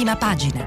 Prima pagina.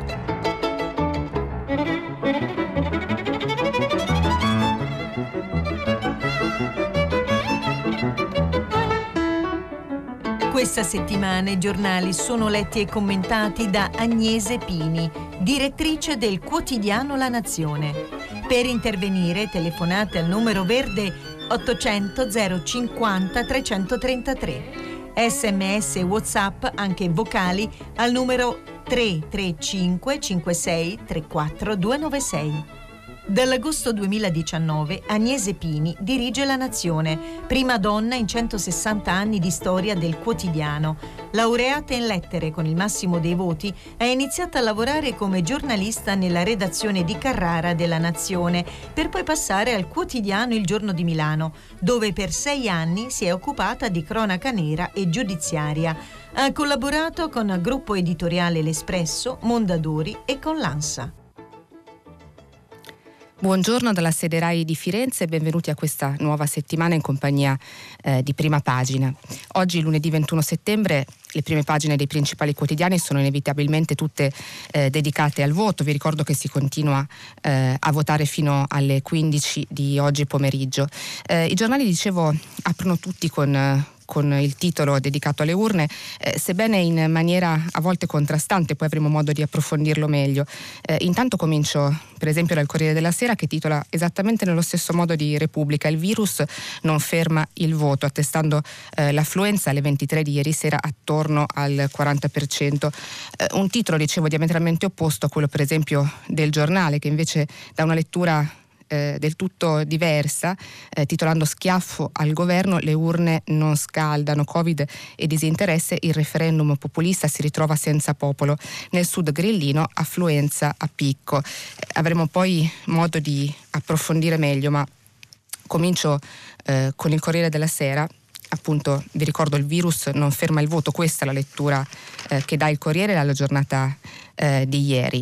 Questa settimana i giornali sono letti e commentati da Agnese Pini, direttrice del quotidiano La Nazione. Per intervenire telefonate al numero verde 800 050 333. SMS e WhatsApp, anche vocali, al numero 335 56 34 296. Dall'agosto 2019 Agnese Pini dirige La Nazione, prima donna in 160 anni di storia del quotidiano. Laureata in lettere con il massimo dei voti, è iniziata a lavorare come giornalista nella redazione di Carrara della Nazione, per poi passare al quotidiano Il Giorno di Milano, dove per 6 anni si è occupata di cronaca nera e giudiziaria. Ha collaborato con Gruppo Editoriale L'Espresso, Mondadori e con l'ANSA. Buongiorno dalla sede RAI di Firenze e benvenuti a questa nuova settimana in compagnia di Prima Pagina. Oggi, lunedì 21 settembre, le prime pagine dei principali quotidiani sono inevitabilmente tutte dedicate al voto. Vi ricordo che si continua a votare fino alle 15 di oggi pomeriggio. I giornali, dicevo, aprono tutti con il titolo dedicato alle urne, sebbene in maniera a volte contrastante, poi avremo modo di approfondirlo meglio. Intanto comincio per esempio dal Corriere della Sera, che titola esattamente nello stesso modo di Repubblica: il virus non ferma il voto, attestando l'affluenza alle 23 di ieri sera attorno al 40%. Un titolo, dicevo, diametralmente opposto a quello per esempio del Giornale, che invece dà una lettura del tutto diversa, titolando "Schiaffo al governo, le urne non scaldano, Covid e disinteresse, il referendum populista si ritrova senza popolo, nel sud grillino, affluenza a picco". Avremo poi modo di approfondire meglio, ma comincio con il Corriere della Sera. Appunto, vi ricordo, il virus non ferma il voto, questa è la lettura che dà il Corriere alla giornata di ieri.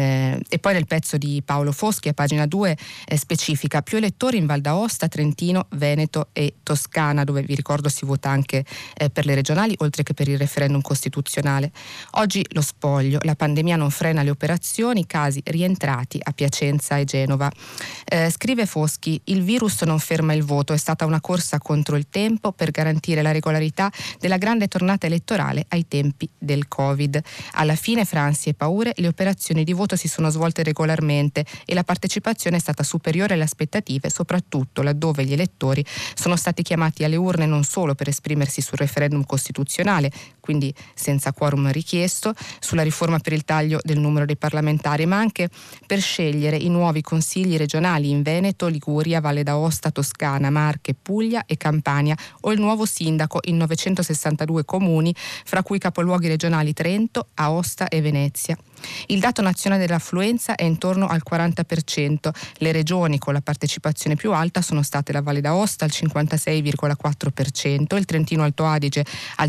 E poi nel pezzo di Paolo Foschi a pagina 2 specifica: più elettori in Val d'Aosta, Trentino, Veneto e Toscana, dove vi ricordo si vota anche per le regionali oltre che per il referendum costituzionale. Oggi lo spoglio, la pandemia non frena le operazioni, casi rientrati a Piacenza e Genova. Scrive Foschi: il virus non ferma il voto, è stata una corsa contro il tempo per garantire la regolarità della grande tornata elettorale ai tempi del Covid. Alla fine, fra ansie e paure, le operazioni di voto si sono svolte regolarmente e la partecipazione è stata superiore alle aspettative, soprattutto laddove gli elettori sono stati chiamati alle urne non solo per esprimersi sul referendum costituzionale, quindi senza quorum richiesto, sulla riforma per il taglio del numero dei parlamentari, ma anche per scegliere i nuovi consigli regionali in Veneto, Liguria, Valle d'Aosta, Toscana, Marche, Puglia e Campania, o il nuovo sindaco in 962 comuni, fra cui capoluoghi regionali Trento, Aosta e Venezia. Il dato nazionale dell'affluenza è intorno al 40%. Le regioni con la partecipazione più alta sono state la Valle d'Aosta al 56,4%, il Trentino Alto Adige al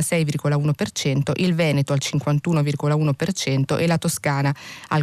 56,1%, il Veneto al 51,1% e la Toscana al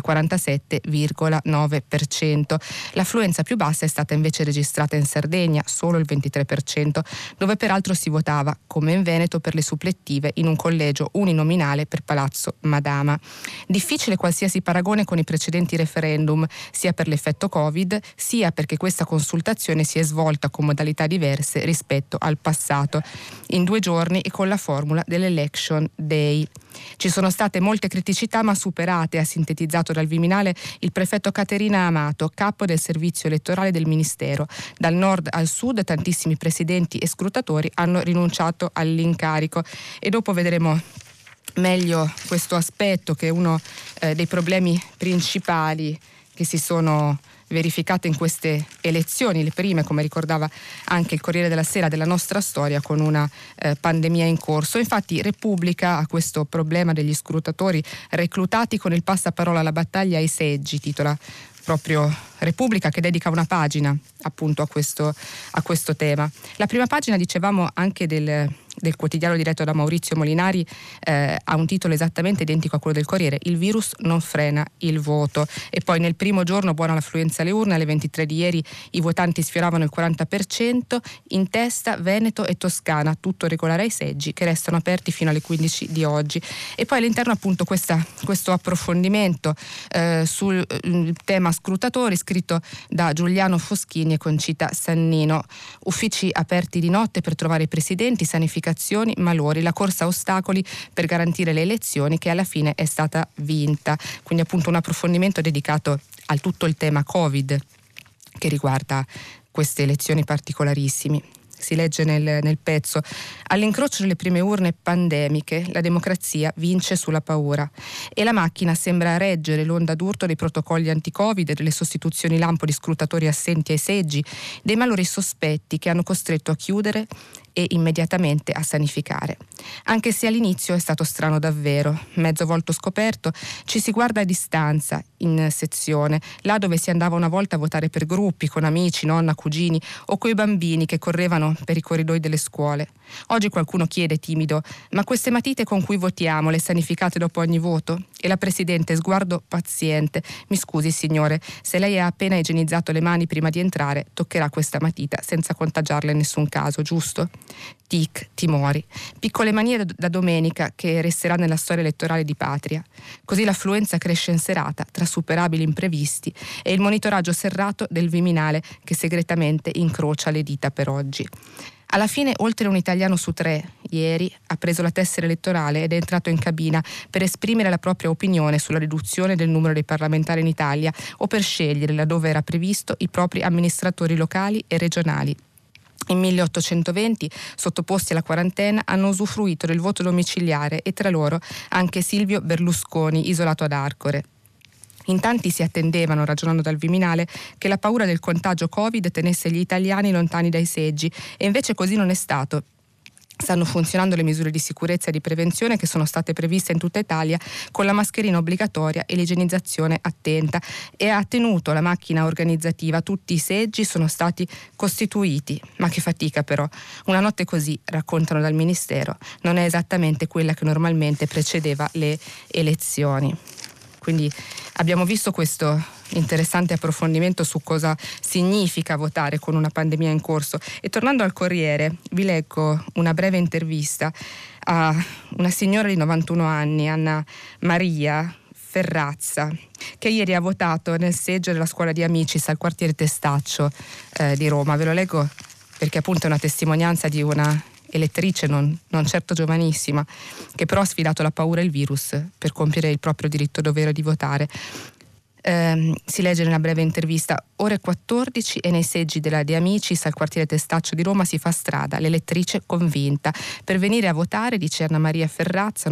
47,9%. L'affluenza più bassa è stata invece registrata in Sardegna, solo il 23%, dove peraltro si votava, come in Veneto, per le supplettive in un collegio uninominale per Palazzo Madama. Difficile qualsiasi paragone con i precedenti referendum, sia per l'effetto Covid, sia perché questa consultazione si è svolta con modalità diverse rispetto al passato, in 2 giorni e con la formula dell'Election Day. Ci sono state molte criticità ma superate, ha sintetizzato dal Viminale il prefetto Caterina Amato, capo del servizio elettorale del Ministero. Dal nord al sud tantissimi presidenti e scrutatori hanno rinunciato all'incarico, e dopo vedremo meglio questo aspetto, che è uno dei problemi principali che si sono verificate in queste elezioni, le prime, come ricordava anche il Corriere della Sera, della nostra storia, con una pandemia in corso. Infatti Repubblica ha questo problema degli scrutatori reclutati con il passaparola alla battaglia ai seggi, titola proprio Repubblica, che dedica una pagina appunto a questo tema. La prima pagina, dicevamo, anche del del quotidiano diretto da Maurizio Molinari ha un titolo esattamente identico a quello del Corriere: il virus non frena il voto. E poi nel primo giorno buona l'affluenza alle urne, alle 23 di ieri i votanti sfioravano il 40%, in testa Veneto e Toscana, tutto regolare ai seggi, che restano aperti fino alle 15 di oggi. E poi all'interno appunto questo approfondimento sul tema scrutatori, scritto da Giuliano Foschini e Concita Sannino. Uffici aperti di notte per trovare i presidenti, sanificazioni, malori, la corsa a ostacoli per garantire le elezioni, che alla fine è stata vinta. Quindi appunto un approfondimento dedicato a tutto il tema Covid che riguarda queste elezioni particolarissimi. Si legge nel pezzo: all'incrocio delle prime urne pandemiche la democrazia vince sulla paura e la macchina sembra reggere l'onda d'urto dei protocolli anti-Covid, delle sostituzioni lampo di scrutatori assenti ai seggi, dei malori sospetti che hanno costretto a chiudere e immediatamente a sanificare. Anche se all'inizio è stato strano davvero, mezzo volto scoperto, ci si guarda a distanza in sezione, là dove si andava una volta a votare per gruppi, con amici, nonna, cugini o coi bambini che correvano per i corridoi delle scuole. Oggi qualcuno chiede timido: ma queste matite con cui votiamo, le sanificate dopo ogni voto? E la Presidente, sguardo paziente: mi scusi signore, se lei ha appena igienizzato le mani prima di entrare, toccherà questa matita senza contagiarla in nessun caso, giusto? Tic, timori, piccole manie da domenica che resterà nella storia elettorale di Patria. Così l'affluenza cresce in serata tra superabili imprevisti e il monitoraggio serrato del Viminale che segretamente incrocia le dita per oggi. Alla fine oltre un italiano su 3 ieri ha preso la tessera elettorale ed è entrato in cabina per esprimere la propria opinione sulla riduzione del numero dei parlamentari in Italia o per scegliere, laddove era previsto, i propri amministratori locali e regionali. In 1820, sottoposti alla quarantena, hanno usufruito del voto domiciliare e tra loro anche Silvio Berlusconi, isolato ad Arcore. In tanti si attendevano, ragionando dal Viminale, che la paura del contagio Covid tenesse gli italiani lontani dai seggi, e invece così non è stato. Stanno funzionando le misure di sicurezza e di prevenzione che sono state previste in tutta Italia, con la mascherina obbligatoria e l'igienizzazione attenta, e ha tenuto la macchina organizzativa. Tutti i seggi sono stati costituiti. Ma che fatica però. Una notte così, raccontano dal Ministero, non è esattamente quella che normalmente precedeva le elezioni. Quindi abbiamo visto questo interessante approfondimento su cosa significa votare con una pandemia in corso. E tornando al Corriere, vi leggo una breve intervista a una signora di 91 anni, Anna Maria Ferrazza, che ieri ha votato nel seggio della scuola di Amicis al quartiere Testaccio di Roma. Ve lo leggo perché appunto è una testimonianza di una elettrice non certo giovanissima, che però ha sfidato la paura e il virus per compiere il proprio diritto dovere di votare. Si legge nella breve intervista: ore 14 e nei seggi della De Amicis al quartiere Testaccio di Roma si fa strada, l'elettrice convinta. Per venire a votare, dice Anna Maria Ferrazza,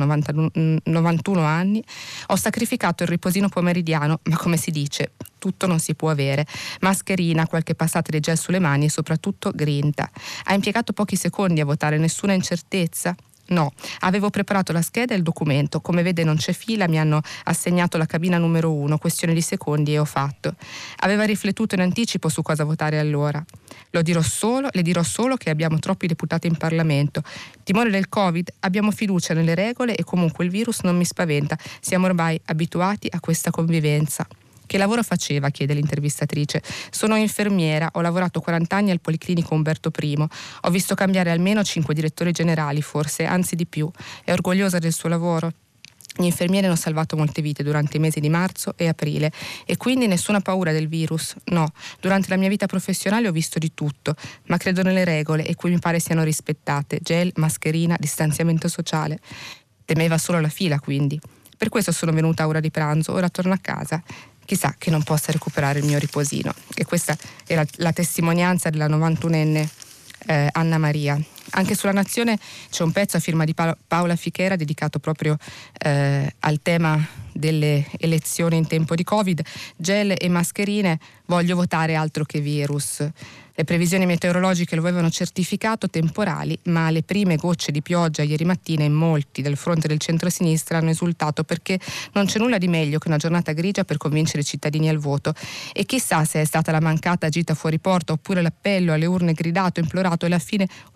91 anni, ho sacrificato il riposino pomeridiano, ma come si dice, tutto non si può avere. Mascherina, qualche passata di gel sulle mani e soprattutto grinta. Ha impiegato pochi secondi a votare, nessuna incertezza? No, avevo preparato la scheda e il documento, come vede non c'è fila, mi hanno assegnato la cabina numero 1, questione di secondi e ho fatto. Aveva riflettuto in anticipo su cosa votare allora. Le dirò solo che abbiamo troppi deputati in Parlamento. Timore del Covid, abbiamo fiducia nelle regole e comunque il virus non mi spaventa, siamo ormai abituati a questa convivenza. Che lavoro faceva? Chiede l'intervistatrice. Sono infermiera, ho lavorato 40 anni al Policlinico Umberto I, ho visto cambiare almeno 5 direttori generali, forse, anzi di più. È orgogliosa del suo lavoro? Gli infermieri hanno salvato molte vite durante i mesi di marzo e aprile e quindi nessuna paura del virus? No, durante la mia vita professionale ho visto di tutto, ma credo nelle regole e qui mi pare siano rispettate: gel, mascherina, distanziamento sociale. Temeva solo la fila, quindi. Per questo sono venuta a ora di pranzo, ora torno a casa. Chissà che non possa recuperare il mio riposino. E questa era la testimonianza della 91enne Anna Maria. Anche sulla Nazione c'è un pezzo a firma di Paola Fichera dedicato proprio al tema delle elezioni in tempo di Covid. Gel e mascherine, voglio votare altro che virus. Le previsioni meteorologiche lo avevano certificato, temporali, ma le prime gocce di pioggia ieri mattina in molti del fronte del centro-sinistra hanno esultato, perché non c'è nulla di meglio che una giornata grigia per convincere i cittadini al voto. E chissà se è stata la mancata gita fuori porta oppure l'appello alle urne gridato, implorato e alla fine ordinato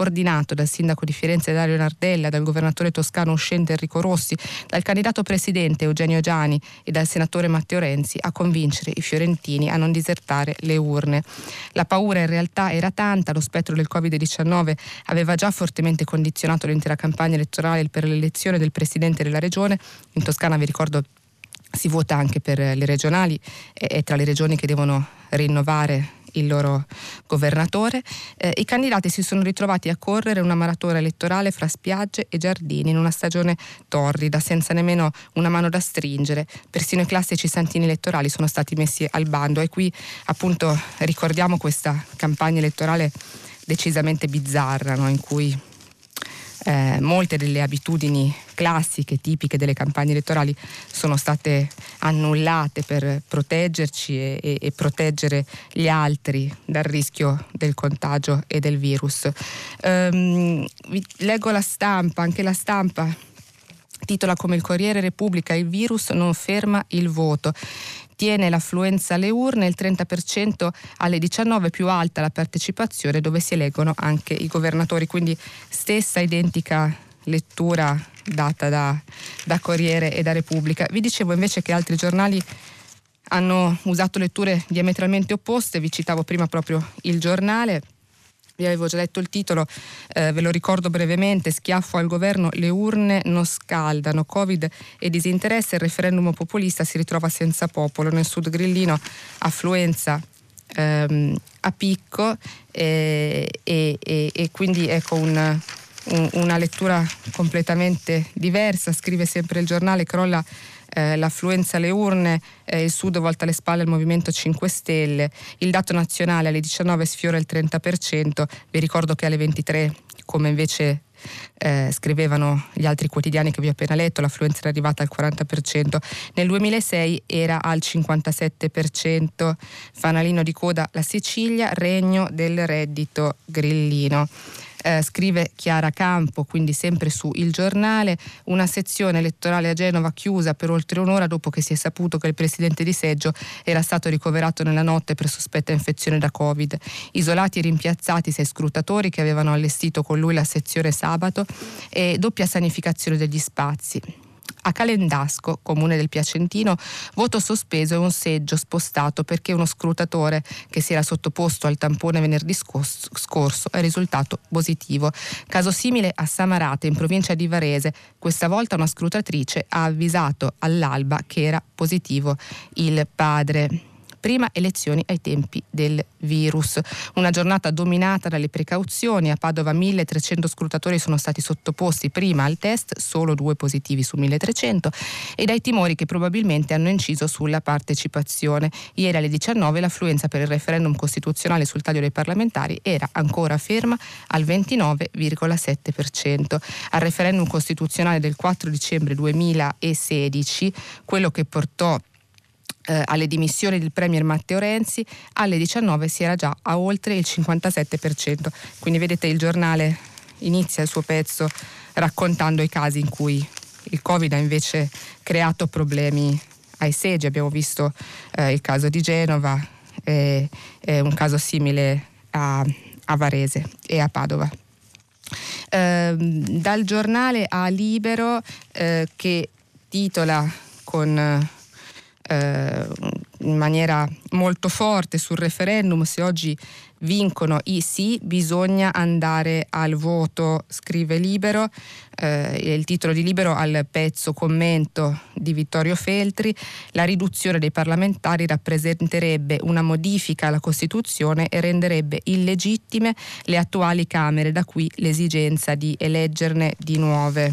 confermato dal sindaco di Firenze Dario Nardella, dal governatore toscano uscente Enrico Rossi, dal candidato presidente Eugenio Giani e dal senatore Matteo Renzi a convincere i fiorentini a non disertare le urne. La paura in realtà era tanta, lo spettro del Covid-19 aveva già fortemente condizionato l'intera campagna elettorale per l'elezione del presidente della regione. In Toscana, vi ricordo, si vota anche per le regionali, e tra le regioni che devono rinnovare il loro governatore. I candidati si sono ritrovati a correre una maratona elettorale fra spiagge e giardini in una stagione torrida, senza nemmeno una mano da stringere. Persino i classici santini elettorali sono stati messi al bando, e qui appunto ricordiamo questa campagna elettorale decisamente bizzarra, no? In cui molte delle abitudini classiche, tipiche delle campagne elettorali sono state annullate per proteggerci e proteggere gli altri dal rischio del contagio e del virus. Leggo la stampa, anche la stampa titola come il Corriere Repubblica: il virus non ferma il voto. Tiene l'affluenza alle urne, il 30% alle 19, più alta la partecipazione, dove si eleggono anche i governatori. Quindi stessa identica lettura data da Corriere e da Repubblica. Vi dicevo invece che altri giornali hanno usato letture diametralmente opposte. Vi citavo prima proprio Il Giornale. Vi avevo già letto il titolo, ve lo ricordo brevemente: schiaffo al governo, le urne non scaldano, Covid e disinteresse, il referendum populista si ritrova senza popolo. Nel sud grillino affluenza a picco, e quindi ecco una lettura completamente diversa. Scrive sempre Il Giornale: crolla l'affluenza alle urne, il Sud volta le spalle al Movimento 5 Stelle, il dato nazionale alle 19 sfiora il 30%, vi ricordo che alle 23, come invece scrivevano gli altri quotidiani che vi ho appena letto, l'affluenza era arrivata al 40%, nel 2006 era al 57%, fanalino di coda la Sicilia, regno del reddito grillino. Scrive Chiara Campo, quindi sempre su Il Giornale: una sezione elettorale a Genova chiusa per oltre un'ora dopo che si è saputo che il presidente di seggio era stato ricoverato nella notte per sospetta infezione da Covid. Isolati e rimpiazzati 6 scrutatori che avevano allestito con lui la sezione sabato, e doppia sanificazione degli spazi. A Calendasco, comune del Piacentino, voto sospeso e un seggio spostato perché uno scrutatore che si era sottoposto al tampone venerdì scorso è risultato positivo. Caso simile a Samarate, in provincia di Varese. Questa volta una scrutatrice ha avvisato all'alba che era positivo il padre. Prima elezioni ai tempi del virus. Una giornata dominata dalle precauzioni. A Padova 1300 scrutatori sono stati sottoposti prima al test, solo 2 positivi su 1300, e dai timori che probabilmente hanno inciso sulla partecipazione. Ieri alle 19 l'affluenza per il referendum costituzionale sul taglio dei parlamentari era ancora ferma al 29,7%. Al referendum costituzionale del 4 dicembre 2016, quello che portò alle dimissioni del premier Matteo Renzi, alle 19 si era già a oltre il 57%. Quindi vedete, Il Giornale inizia il suo pezzo raccontando i casi in cui il Covid ha invece creato problemi ai seggi. Abbiamo visto il caso di Genova, un caso simile a Varese e a Padova. Dal Giornale a Libero, che titola in maniera molto forte sul referendum: se oggi vincono i sì bisogna andare al voto, scrive Libero. Il titolo di Libero al pezzo commento di Vittorio Feltri: la riduzione dei parlamentari rappresenterebbe una modifica alla Costituzione e renderebbe illegittime le attuali Camere, da qui l'esigenza di eleggerne di nuove.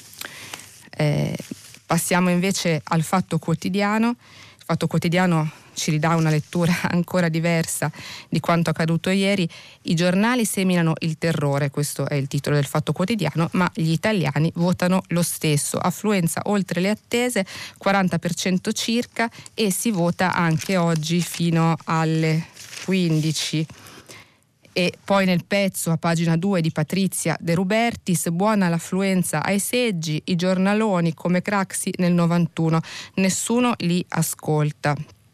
Passiamo invece al Fatto Quotidiano. Il Fatto Quotidiano ci ridà una lettura ancora diversa di quanto accaduto ieri. I giornali seminano il terrore, questo è il titolo del Fatto Quotidiano, ma gli italiani votano lo stesso. Affluenza oltre le attese, 40% circa, e si vota anche oggi fino alle 15. E poi nel pezzo a pagina 2 di Patrizia De Rubertis: buona l'affluenza ai seggi, i giornaloni come Craxi nel 91, nessuno li ascolta.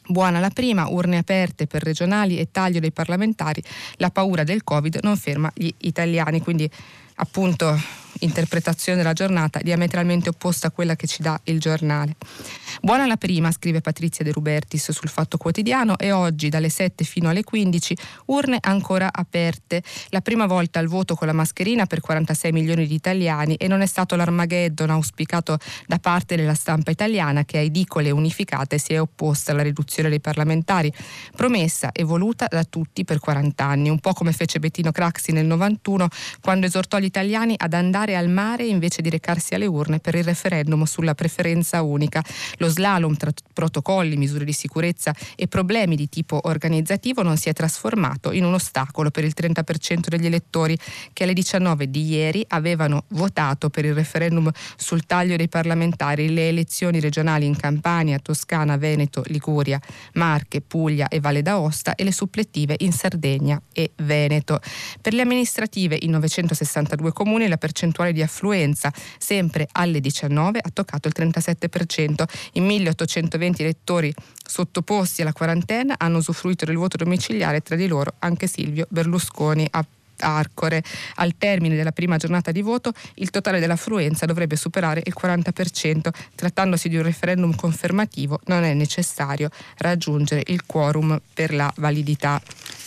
Buona la prima, urne aperte per regionali e taglio dei parlamentari, la paura del Covid non ferma gli italiani, quindi appunto interpretazione della giornata diametralmente opposta a quella che ci dà il giornale. Buona la prima, scrive Patrizia De Rubertis sul Fatto Quotidiano, e oggi dalle 7 fino alle 15 urne ancora aperte. La prima volta al voto con la mascherina per 46 milioni di italiani, e non è stato l'Armageddon auspicato da parte della stampa italiana, che a edicole unificate si è opposta alla riduzione dei parlamentari, promessa e voluta da tutti per 40 anni, un po' come fece Bettino Craxi nel 91, quando esortò gli italiani ad andare al mare invece di recarsi alle urne per il referendum sulla preferenza unica. Lo slalom tra protocolli, misure di sicurezza e problemi di tipo organizzativo non si è trasformato in un ostacolo per il 30% degli elettori che alle 19 di ieri avevano votato per il referendum sul taglio dei parlamentari. Le elezioni regionali in Campania, Toscana, Veneto, Liguria, Marche, Puglia e Valle d'Aosta, e le supplettive in Sardegna e Veneto. Per le amministrative in 962 comuni la percentuale di affluenza, sempre alle 19, ha toccato il 37%. In 1820 elettori sottoposti alla quarantena hanno usufruito del voto domiciliare, tra di loro anche Silvio Berlusconi a Arcore. Al termine della prima giornata di voto il totale dell'affluenza dovrebbe superare il 40%. Trattandosi di un referendum confermativo non è necessario raggiungere il quorum per la validità.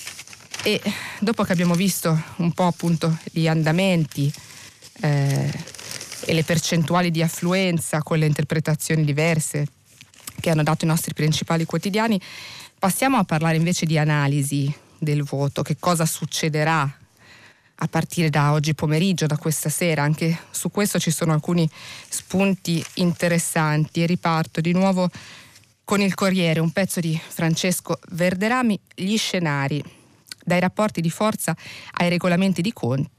E dopo che abbiamo visto un po' appunto gli andamenti e le percentuali di affluenza con le interpretazioni diverse che hanno dato i nostri principali quotidiani, passiamo a parlare invece di analisi del voto. Che cosa succederà a partire da oggi pomeriggio, da questa sera? Anche su questo ci sono alcuni spunti interessanti, e riparto di nuovo con il Corriere, un pezzo di Francesco Verderami, gli scenari, dai rapporti di forza ai regolamenti di conti.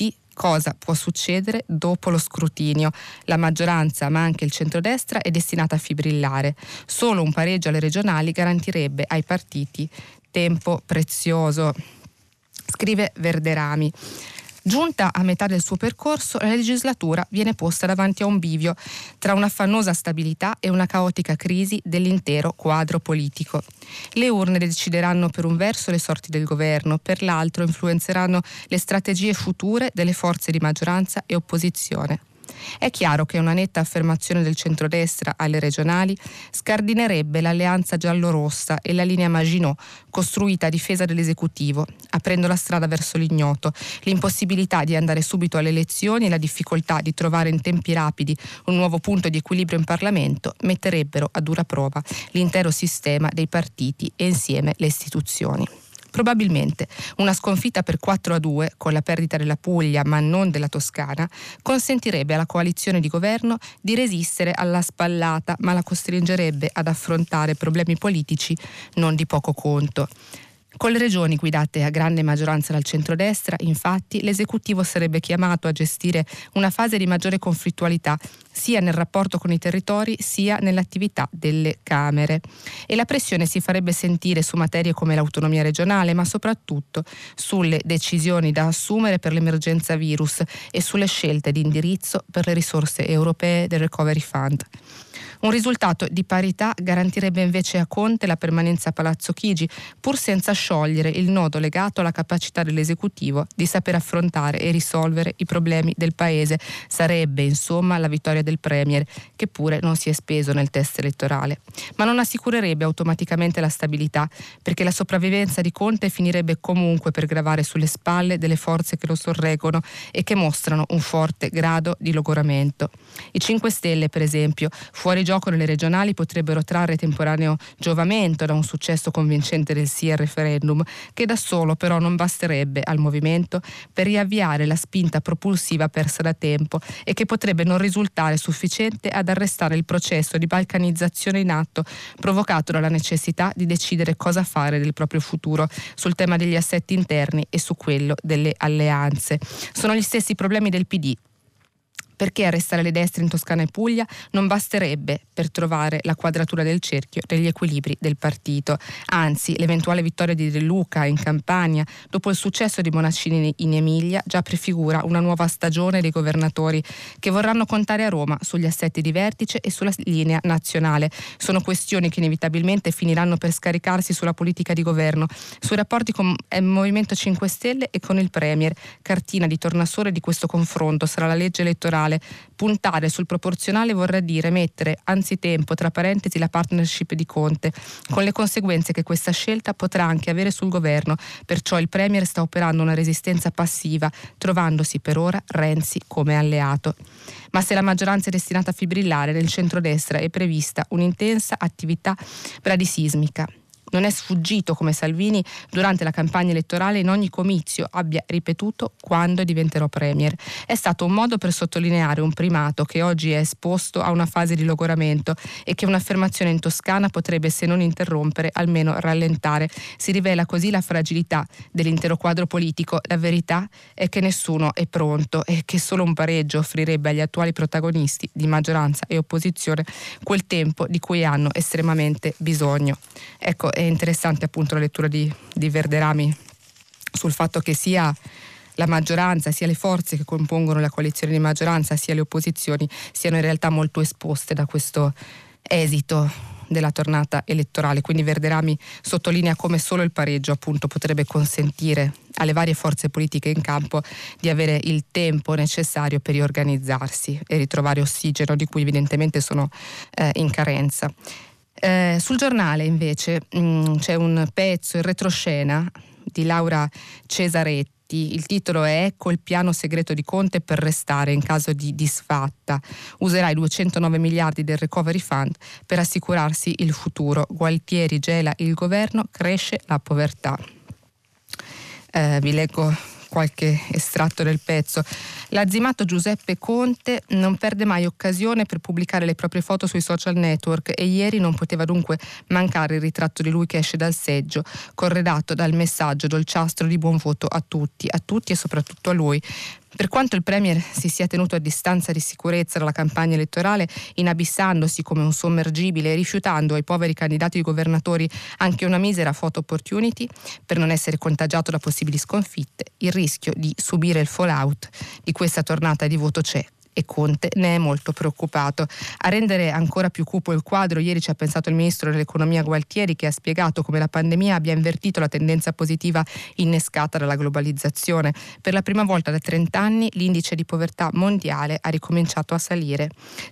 Cosa può succedere dopo lo scrutinio? La maggioranza, ma anche il centrodestra, è destinata a fibrillare. Solo un pareggio alle regionali garantirebbe ai partiti tempo prezioso, scrive Verderami. Giunta a metà del suo percorso, la legislatura viene posta davanti a un bivio tra un'affannosa stabilità e una caotica crisi dell'intero quadro politico. Le urne decideranno per un verso le sorti del governo, per l'altro influenzeranno le strategie future delle forze di maggioranza e opposizione. È chiaro che una netta affermazione del centrodestra alle regionali scardinerebbe l'alleanza giallorossa e la linea Maginot costruita a difesa dell'esecutivo, aprendo la strada verso l'ignoto. L'impossibilità di andare subito alle elezioni e la difficoltà di trovare in tempi rapidi un nuovo punto di equilibrio in Parlamento metterebbero a dura prova l'intero sistema dei partiti e insieme le istituzioni. Probabilmente una sconfitta per 4-2, con la perdita della Puglia ma non della Toscana, consentirebbe alla coalizione di governo di resistere alla spallata, ma la costringerebbe ad affrontare problemi politici non di poco conto. Con le regioni guidate a grande maggioranza dal centrodestra, infatti, l'esecutivo sarebbe chiamato a gestire una fase di maggiore conflittualità sia nel rapporto con i territori sia nell'attività delle Camere. E la pressione si farebbe sentire su materie come l'autonomia regionale, ma soprattutto sulle decisioni da assumere per l'emergenza virus e sulle scelte di indirizzo per le risorse europee del Recovery Fund. Un risultato di parità garantirebbe invece a Conte la permanenza a Palazzo Chigi, pur senza sciogliere il nodo legato alla capacità dell'esecutivo di saper affrontare e risolvere i problemi del paese. Sarebbe insomma la vittoria del Premier, che pure non si è speso nel test elettorale. Ma non assicurerebbe automaticamente la stabilità, perché la sopravvivenza di Conte finirebbe comunque per gravare sulle spalle delle forze che lo sorreggono e che mostrano un forte grado di logoramento. I 5 Stelle, per esempio, fuori gioco nelle regionali, potrebbero trarre temporaneo giovamento da un successo convincente del sì al referendum, che da solo però non basterebbe al movimento per riavviare la spinta propulsiva persa da tempo e che potrebbe non risultare sufficiente ad arrestare il processo di balcanizzazione in atto provocato dalla necessità di decidere cosa fare del proprio futuro sul tema degli assetti interni e su quello delle alleanze. Sono gli stessi problemi del PD. perché arrestare le destre in Toscana e Puglia non basterebbe per trovare la quadratura del cerchio degli equilibri del partito. Anzi, l'eventuale vittoria di De Luca in Campania, dopo il successo di Bonaccini in Emilia, già prefigura una nuova stagione dei governatori che vorranno contare a Roma sugli assetti di vertice e sulla linea nazionale. Sono questioni che inevitabilmente finiranno per scaricarsi sulla politica di governo, sui rapporti con il Movimento 5 Stelle e con il Premier. Cartina di tornasole di questo confronto sarà la legge elettorale. Puntare sul proporzionale vorrà dire mettere anzitempo tra parentesi la partnership di Conte, con le conseguenze che questa scelta potrà anche avere sul governo. Perciò il Premier sta operando una resistenza passiva, trovandosi per ora Renzi come alleato. Ma se la maggioranza è destinata a fibrillare, nel centrodestra è prevista un'intensa attività bradisismica. Non è sfuggito come Salvini durante la campagna elettorale in ogni comizio abbia ripetuto quando diventerò premier. È stato un modo per sottolineare un primato che oggi è esposto a una fase di logoramento e che un'affermazione in Toscana potrebbe, se non interrompere, almeno rallentare. Si rivela così la fragilità dell'intero quadro politico. La verità è che nessuno è pronto e che solo un pareggio offrirebbe agli attuali protagonisti di maggioranza e opposizione quel tempo di cui hanno estremamente bisogno. Ecco, è interessante appunto la lettura di Verderami sul fatto che sia la maggioranza, sia le forze che compongono la coalizione di maggioranza, sia le opposizioni siano in realtà molto esposte da questo esito della tornata elettorale. Quindi Verderami sottolinea come solo il pareggio appunto potrebbe consentire alle varie forze politiche in campo di avere il tempo necessario per riorganizzarsi e ritrovare ossigeno di cui evidentemente sono in carenza. Sul Giornale invece c'è un pezzo, il retroscena di Laura Cesaretti. Il titolo è "Ecco il piano segreto di Conte per restare in caso di disfatta. Userà i 209 miliardi del Recovery Fund per assicurarsi il futuro. Gualtieri gela il governo, cresce la povertà". Vi leggo qualche estratto del pezzo. L'azzimato Giuseppe Conte non perde mai occasione per pubblicare le proprie foto sui social network e ieri non poteva dunque mancare il ritratto di lui che esce dal seggio, corredato dal messaggio dolciastro di buon voto a tutti e soprattutto a lui. Per quanto il Premier si sia tenuto a distanza di sicurezza dalla campagna elettorale, inabissandosi come un sommergibile e rifiutando ai poveri candidati governatori anche una misera photo opportunity per non essere contagiato da possibili sconfitte, il rischio di subire il fallout di questa tornata di voto c'è. E Conte ne è molto preoccupato. A rendere ancora più cupo il quadro, ieri ci ha pensato il ministro dell'economia Gualtieri, che ha spiegato come la pandemia abbia invertito la tendenza positiva innescata dalla globalizzazione. Per la prima volta da 30 anni l'indice di povertà mondiale ha ricominciato a salire.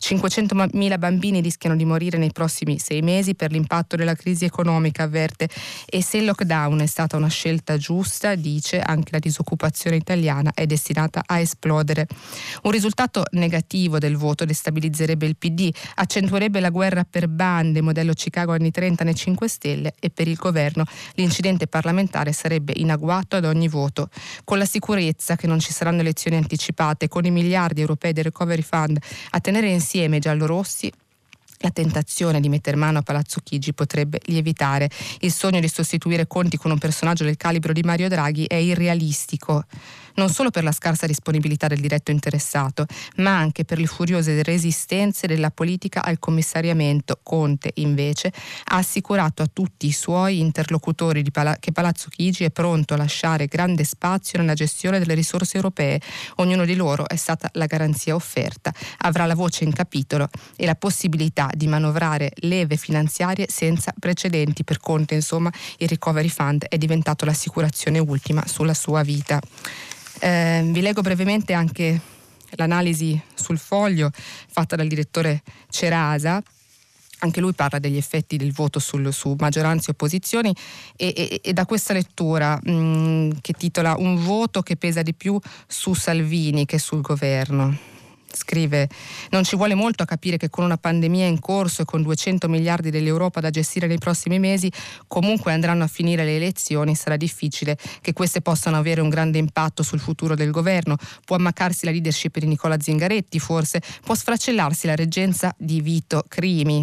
500.000 bambini rischiano di morire nei prossimi 6 mesi per l'impatto della crisi economica, avverte. E se il lockdown è stata una scelta giusta, dice, anche la disoccupazione italiana è destinata a esplodere. Un risultato negativo del voto destabilizzerebbe il PD, accentuerebbe la guerra per bande modello Chicago anni 30 nei 5 Stelle e per il governo l'incidente parlamentare sarebbe in agguato ad ogni voto. Con la sicurezza che non ci saranno elezioni anticipate, con i miliardi europei del Recovery Fund a tenere insieme i giallorossi, la tentazione di metter mano a Palazzo Chigi potrebbe lievitare. Il sogno di sostituire Conte con un personaggio del calibro di Mario Draghi è irrealistico, non solo per la scarsa disponibilità del diretto interessato, ma anche per le furiose resistenze della politica al commissariamento. Conte, invece, ha assicurato a tutti i suoi interlocutori che Palazzo Chigi è pronto a lasciare grande spazio nella gestione delle risorse europee. Ognuno di loro è stata la garanzia offerta. Avrà la voce in capitolo e la possibilità di manovrare leve finanziarie senza precedenti. Per Conte, insomma, il Recovery Fund è diventato l'assicurazione ultima sulla sua vita. Vi leggo brevemente anche l'analisi sul Foglio fatta dal direttore Cerasa. Anche lui parla degli effetti del voto su maggioranza e opposizioni e da questa lettura che titola "Un voto che pesa di più su Salvini che sul governo". Scrive: non ci vuole molto a capire che con una pandemia in corso e con 200 miliardi dell'Europa da gestire nei prossimi mesi, comunque andranno a finire le elezioni, sarà difficile che queste possano avere un grande impatto sul futuro del governo. Può ammaccarsi la leadership di Nicola Zingaretti, forse può sfracellarsi la reggenza di Vito Crimi.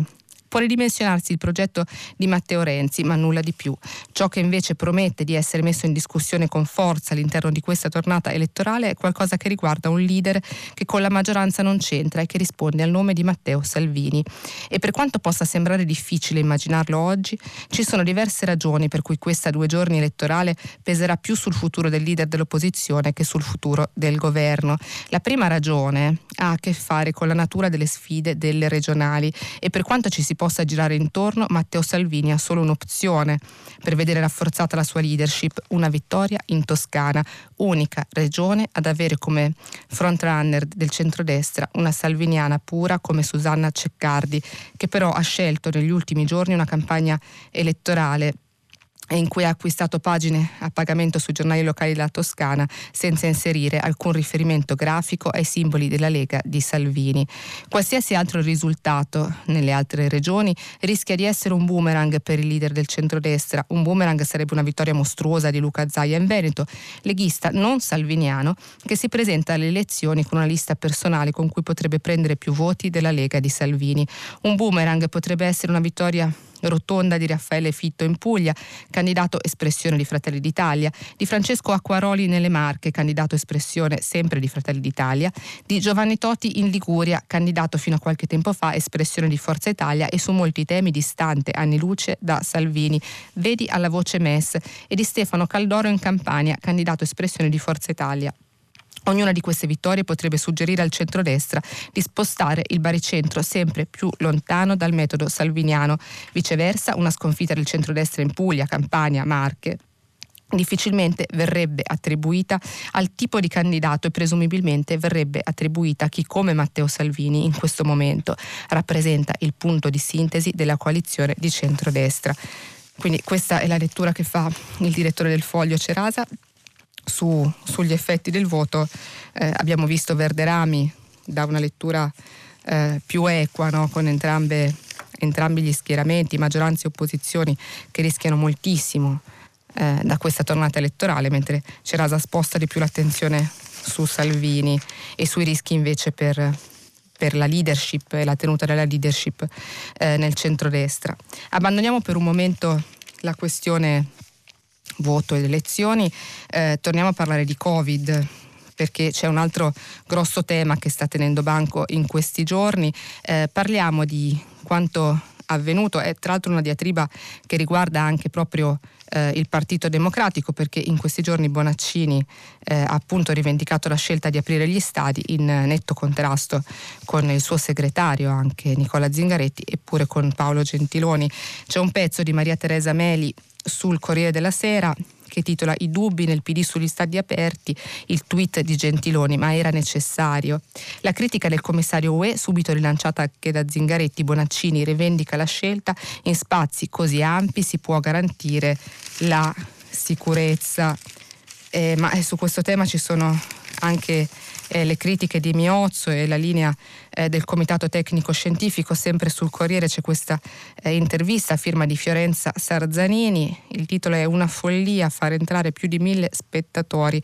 Può ridimensionarsi il progetto di Matteo Renzi, ma nulla di più. Ciò che invece promette di essere messo in discussione con forza all'interno di questa tornata elettorale è qualcosa che riguarda un leader che con la maggioranza non c'entra e che risponde al nome di Matteo Salvini. E per quanto possa sembrare difficile immaginarlo oggi, ci sono diverse ragioni per cui questa 2 giorni elettorale peserà più sul futuro del leader dell'opposizione che sul futuro del governo. La prima ragione ha a che fare con la natura delle sfide delle regionali e per quanto ci si possa girare intorno, Matteo Salvini ha solo un'opzione per vedere rafforzata la sua leadership: una vittoria in Toscana, unica regione ad avere come frontrunner del centrodestra una salviniana pura come Susanna Ceccardi, che però ha scelto negli ultimi giorni una campagna elettorale in cui ha acquistato pagine a pagamento sui giornali locali della Toscana senza inserire alcun riferimento grafico ai simboli della Lega di Salvini. Qualsiasi altro risultato nelle altre regioni rischia di essere un boomerang per il leader del centrodestra. Un boomerang sarebbe una vittoria mostruosa di Luca Zaia in Veneto, leghista non salviniano, che si presenta alle elezioni con una lista personale con cui potrebbe prendere più voti della Lega di Salvini. Un boomerang potrebbe essere una vittoria rotonda di Raffaele Fitto in Puglia, candidato espressione di Fratelli d'Italia, di Francesco Acquaroli nelle Marche, candidato espressione sempre di Fratelli d'Italia, di Giovanni Toti in Liguria, candidato fino a qualche tempo fa espressione di Forza Italia e su molti temi distante anni luce da Salvini, vedi alla voce MES, e di Stefano Caldoro in Campania, candidato espressione di Forza Italia. Ognuna di queste vittorie potrebbe suggerire al centrodestra di spostare il baricentro sempre più lontano dal metodo salviniano. Viceversa, una sconfitta del centrodestra in Puglia, Campania, Marche difficilmente verrebbe attribuita al tipo di candidato e presumibilmente verrebbe attribuita a chi, come Matteo Salvini, in questo momento rappresenta il punto di sintesi della coalizione di centrodestra. Quindi questa è la lettura che fa il direttore del Foglio Cerasa sugli effetti del voto. Abbiamo visto Verderami da una lettura più equa, no? Con entrambi gli schieramenti, maggioranza e opposizioni, che rischiano moltissimo da questa tornata elettorale, mentre Cerasa sposta di più l'attenzione su Salvini e sui rischi invece per la leadership e la tenuta della leadership nel centrodestra. Abbandoniamo per un momento la questione voto ed elezioni, torniamo a parlare di Covid, perché c'è un altro grosso tema che sta tenendo banco in questi giorni. Parliamo di quanto avvenuto, è tra l'altro una diatriba che riguarda anche proprio il Partito Democratico, perché in questi giorni Bonaccini ha appunto rivendicato la scelta di aprire gli stadi in netto contrasto con il suo segretario anche Nicola Zingaretti, eppure con Paolo Gentiloni. C'è un pezzo di Maria Teresa Meli sul Corriere della Sera che titola "I dubbi nel PD sugli stadi aperti", il tweet di Gentiloni: ma era necessario? La critica del commissario UE, subito rilanciata anche da Zingaretti. Bonaccini rivendica la scelta: in spazi così ampi si può garantire la sicurezza. Ma su questo tema ci sono anche le critiche di Miozzo e la linea del Comitato Tecnico Scientifico. Sempre sul Corriere c'è questa intervista a firma di Fiorenza Sarzanini. Il titolo è "Una follia far entrare più di 1000 spettatori".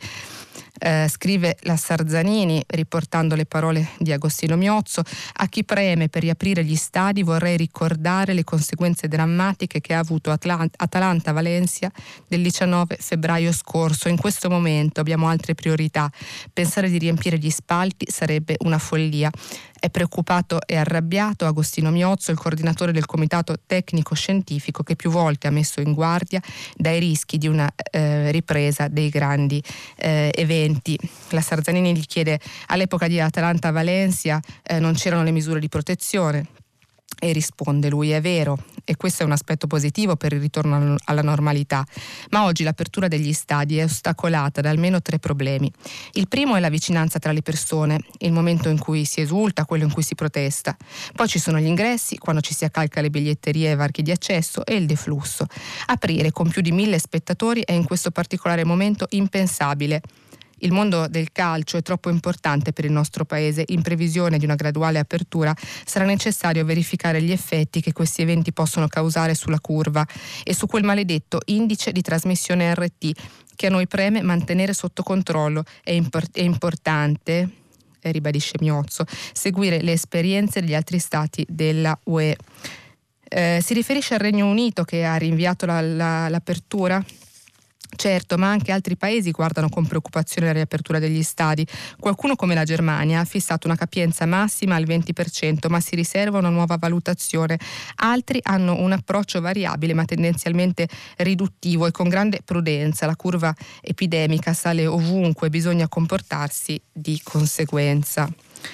Scrive la Sarzanini, riportando le parole di Agostino Miozzo: "A chi preme per riaprire gli stadi vorrei ricordare le conseguenze drammatiche che ha avuto Atalanta-Valencia del 19 febbraio scorso. In questo momento abbiamo altre priorità. Pensare di riempire gli spalti sarebbe una follia". È preoccupato e arrabbiato Agostino Miozzo, il coordinatore del Comitato Tecnico Scientifico, che più volte ha messo in guardia dai rischi di una ripresa dei grandi eventi. La Sarzanini gli chiede: all'epoca di Atalanta-Valencia non c'erano le misure di protezione? E risponde lui: è vero, e questo è un aspetto positivo per il ritorno alla normalità, ma oggi l'apertura degli stadi è ostacolata da almeno 3 problemi. Il primo è la vicinanza tra le persone, il momento in cui si esulta, quello in cui si protesta. Poi ci sono gli ingressi, quando ci si accalca le biglietterie e i varchi di accesso, e il deflusso. Aprire con più di 1000 spettatori è in questo particolare momento impensabile. Il mondo del calcio è troppo importante per il nostro paese. In previsione di una graduale apertura sarà necessario verificare gli effetti che questi eventi possono causare sulla curva e su quel maledetto indice di trasmissione RT che a noi preme mantenere sotto controllo. È importante, ribadisce Miozzo, seguire le esperienze degli altri stati della UE. Si riferisce al Regno Unito, che ha rinviato l'apertura? Certo, ma anche altri paesi guardano con preoccupazione la riapertura degli stadi. Qualcuno, come la Germania, ha fissato una capienza massima al 20%, ma si riserva una nuova valutazione. Altri hanno un approccio variabile, ma tendenzialmente riduttivo e con grande prudenza. La curva epidemica sale ovunque, bisogna comportarsi di conseguenza.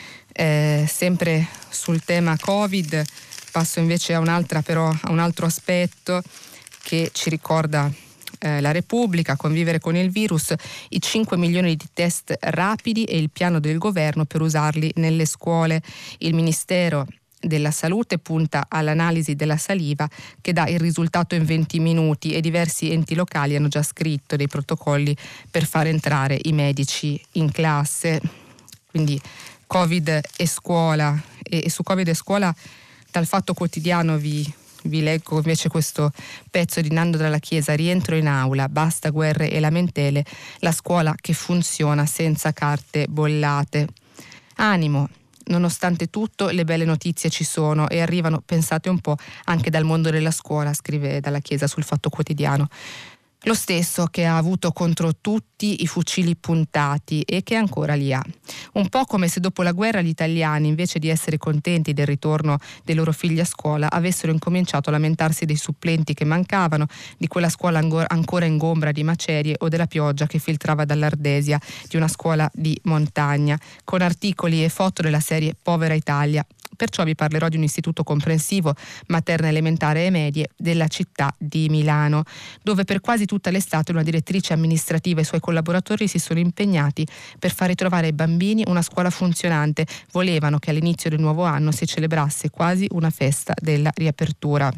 Sempre sul tema Covid, passo invece a un altro aspetto che ci ricorda la Repubblica: convivere con il virus, i 5 milioni di test rapidi e il piano del governo per usarli nelle scuole. Il Ministero della Salute punta all'analisi della saliva che dà il risultato in 20 minuti e diversi enti locali hanno già scritto dei protocolli per far entrare i medici in classe. Quindi Covid e scuola, e su Covid e scuola dal Fatto Quotidiano vi leggo invece questo pezzo di Nando Dalla Chiesa: rientro in aula, basta guerre e lamentele, la scuola che funziona senza carte bollate. Animo, nonostante tutto le belle notizie ci sono e arrivano, pensate un po', anche dal mondo della scuola, scrive Dalla Chiesa sul Fatto Quotidiano. Lo stesso che ha avuto contro tutti i fucili puntati e che ancora li ha. Un po' come se dopo la guerra gli italiani, invece di essere contenti del ritorno dei loro figli a scuola, avessero incominciato a lamentarsi dei supplenti che mancavano, di quella scuola ancora ingombra di macerie o della pioggia che filtrava dall'Ardesia, di una scuola di montagna, con articoli e foto della serie Povera Italia. Perciò vi parlerò di un istituto comprensivo, materna elementare e medie, della città di Milano, dove per quasi tutta l'estate una direttrice amministrativa e i suoi collaboratori si sono impegnati per far ritrovare ai bambini una scuola funzionante. Volevano che all'inizio del nuovo anno si celebrasse quasi una festa della riapertura.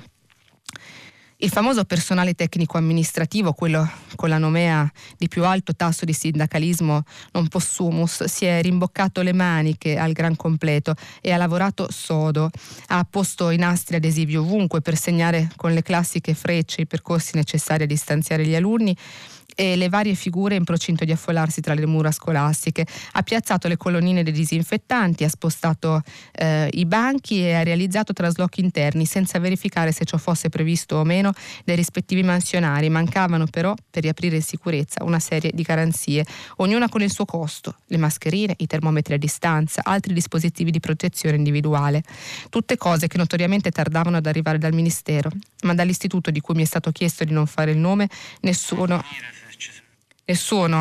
Il famoso personale tecnico amministrativo, quello con la nomea di più alto tasso di sindacalismo non possumus, si è rimboccato le maniche al gran completo e ha lavorato sodo. Ha posto i nastri adesivi ovunque per segnare con le classiche frecce i percorsi necessari a distanziare gli alunni e le varie figure in procinto di affollarsi tra le mura scolastiche. Ha piazzato le colonnine dei disinfettanti, ha spostato i banchi e ha realizzato traslochi interni senza verificare se ciò fosse previsto o meno dai rispettivi mansionari. Mancavano però, per riaprire in sicurezza, una serie di garanzie, ognuna con il suo costo: le mascherine, i termometri a distanza, altri dispositivi di protezione individuale. Tutte cose che notoriamente tardavano ad arrivare dal Ministero, ma dall'istituto di cui mi è stato chiesto di non fare il nome Nessuno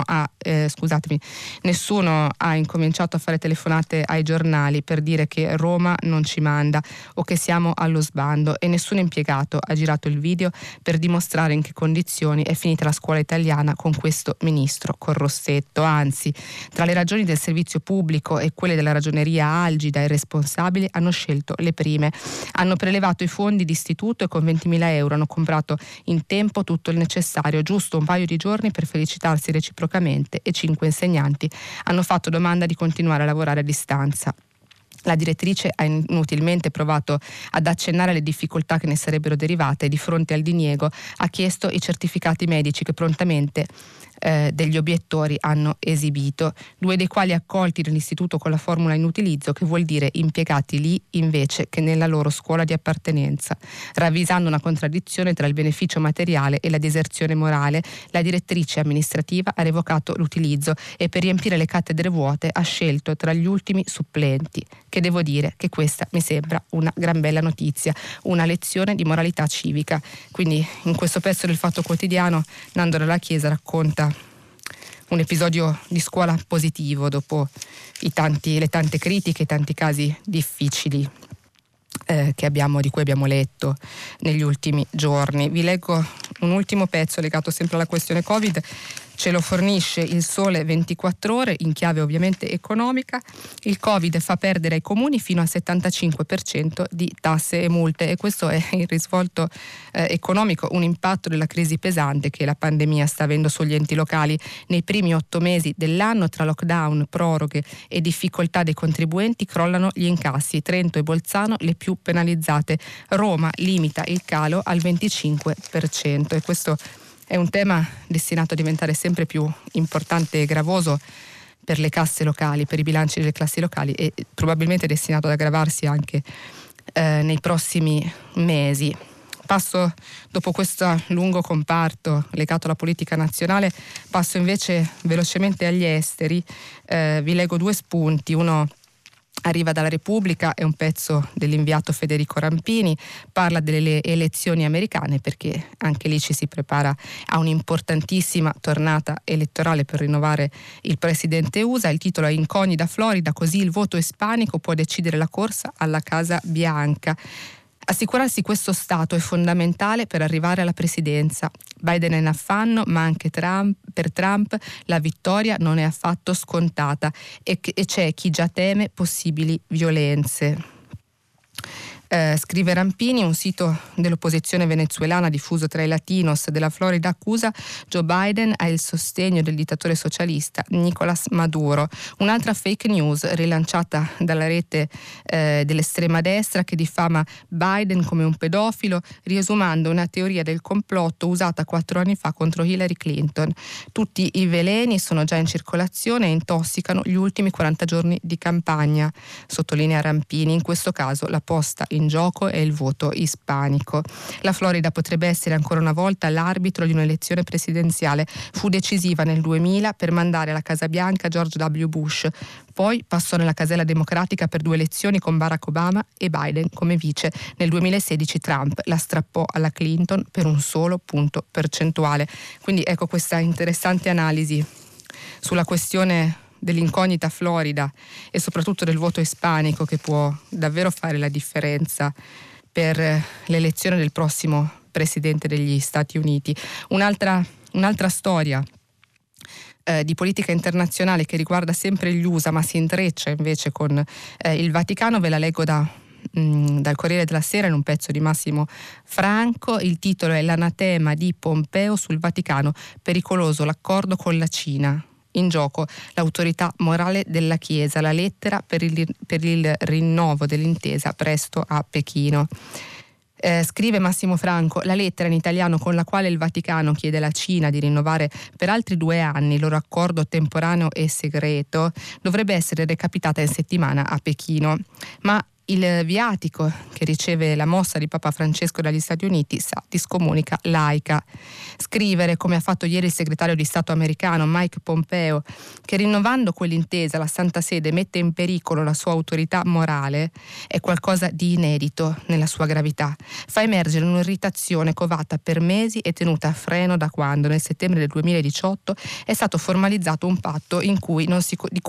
ha incominciato a fare telefonate ai giornali per dire che Roma non ci manda o che siamo allo sbando, e nessun impiegato ha girato il video per dimostrare in che condizioni è finita la scuola italiana con questo ministro col rossetto. Anzi, tra le ragioni del servizio pubblico e quelle della ragioneria algida e responsabile hanno scelto le prime. Hanno prelevato i fondi d'istituto e con 20.000 euro hanno comprato in tempo tutto il necessario, giusto un paio di giorni per felicitarsi reciprocamente, e 5 insegnanti hanno fatto domanda di continuare a lavorare a distanza. La direttrice ha inutilmente provato ad accennare alle difficoltà che ne sarebbero derivate e di fronte al diniego ha chiesto i certificati medici che prontamente degli obiettori hanno esibito, 2 dei quali accolti dall'istituto con la formula in utilizzo, che vuol dire impiegati lì invece che nella loro scuola di appartenenza. Ravvisando una contraddizione tra il beneficio materiale e la diserzione morale, la direttrice amministrativa ha revocato l'utilizzo e per riempire le cattedre vuote ha scelto tra gli ultimi supplenti, che devo dire che questa mi sembra una gran bella notizia, una lezione di moralità civica. Quindi in questo pezzo del Fatto Quotidiano Nando Dalla Chiesa racconta un episodio di scuola positivo dopo le tante critiche, i tanti casi difficili di cui abbiamo letto negli ultimi giorni. Vi leggo un ultimo pezzo legato sempre alla questione Covid. Ce lo fornisce Il Sole 24 Ore, in chiave ovviamente economica. Il Covid fa perdere ai comuni fino al 75% di tasse e multe, e questo è il risvolto economico, un impatto della crisi pesante che la pandemia sta avendo sugli enti locali. Nei primi 8 mesi dell'anno, tra lockdown, proroghe e difficoltà dei contribuenti, crollano gli incassi. Trento e Bolzano le più penalizzate. Roma limita il calo al 25%, e questo è un tema destinato a diventare sempre più importante e gravoso per le casse locali, per i bilanci delle classi locali, e probabilmente destinato ad aggravarsi anche nei prossimi mesi. Passo, dopo questo lungo comparto legato alla politica nazionale, passo invece velocemente agli esteri. Vi leggo 2 spunti. Uno arriva dalla Repubblica, è un pezzo dell'inviato Federico Rampini, parla delle elezioni americane perché anche lì ci si prepara a un'importantissima tornata elettorale per rinnovare il presidente USA. Il titolo è "Incognita Florida, così il voto ispanico può decidere la corsa alla Casa Bianca". Assicurarsi questo stato è fondamentale per arrivare alla presidenza. Biden è in affanno, ma anche per Trump la vittoria non è affatto scontata e c'è chi già teme possibili violenze. Scrive Rampini, un sito dell'opposizione venezuelana diffuso tra i latinos della Florida accusa Joe Biden ha il sostegno del dittatore socialista Nicolás Maduro. Un'altra fake news rilanciata dalla rete dell'estrema destra che diffama Biden come un pedofilo, riesumando una teoria del complotto usata 4 anni fa contro Hillary Clinton. Tutti i veleni sono già in circolazione e intossicano gli ultimi 40 giorni di campagna, sottolinea Rampini. In questo caso la posta in gioco è il voto ispanico. La Florida potrebbe essere ancora una volta l'arbitro di un'elezione presidenziale. Fu decisiva nel 2000 per mandare alla Casa Bianca George W. Bush. Poi passò nella casella democratica per 2 elezioni con Barack Obama e Biden come vice. Nel 2016 Trump la strappò alla Clinton per un solo punto percentuale. Quindi ecco questa interessante analisi sulla questione dell'incognita Florida e soprattutto del voto ispanico che può davvero fare la differenza per l'elezione del prossimo presidente degli Stati Uniti. Un'altra storia di politica internazionale che riguarda sempre gli USA ma si intreccia invece con il Vaticano, ve la leggo dal Corriere della Sera in un pezzo di Massimo Franco. Il titolo è "L'anatema di Pompeo sul Vaticano, pericoloso l'accordo con la Cina. In gioco l'autorità morale della Chiesa, la lettera per il rinnovo dell'intesa presto a Pechino". Scrive Massimo Franco, la lettera in italiano con la quale il Vaticano chiede alla Cina di rinnovare per altri 2 anni il loro accordo temporaneo e segreto dovrebbe essere recapitata in settimana a Pechino. Ma il viatico che riceve la mossa di Papa Francesco dagli Stati Uniti ti scomunica laica. Scrivere, come ha fatto ieri il segretario di Stato americano Mike Pompeo, che rinnovando quell'intesa la Santa Sede mette in pericolo la sua autorità morale, è qualcosa di inedito nella sua gravità. Fa emergere un'irritazione covata per mesi e tenuta a freno da quando, nel settembre del 2018, è stato formalizzato un patto di cui non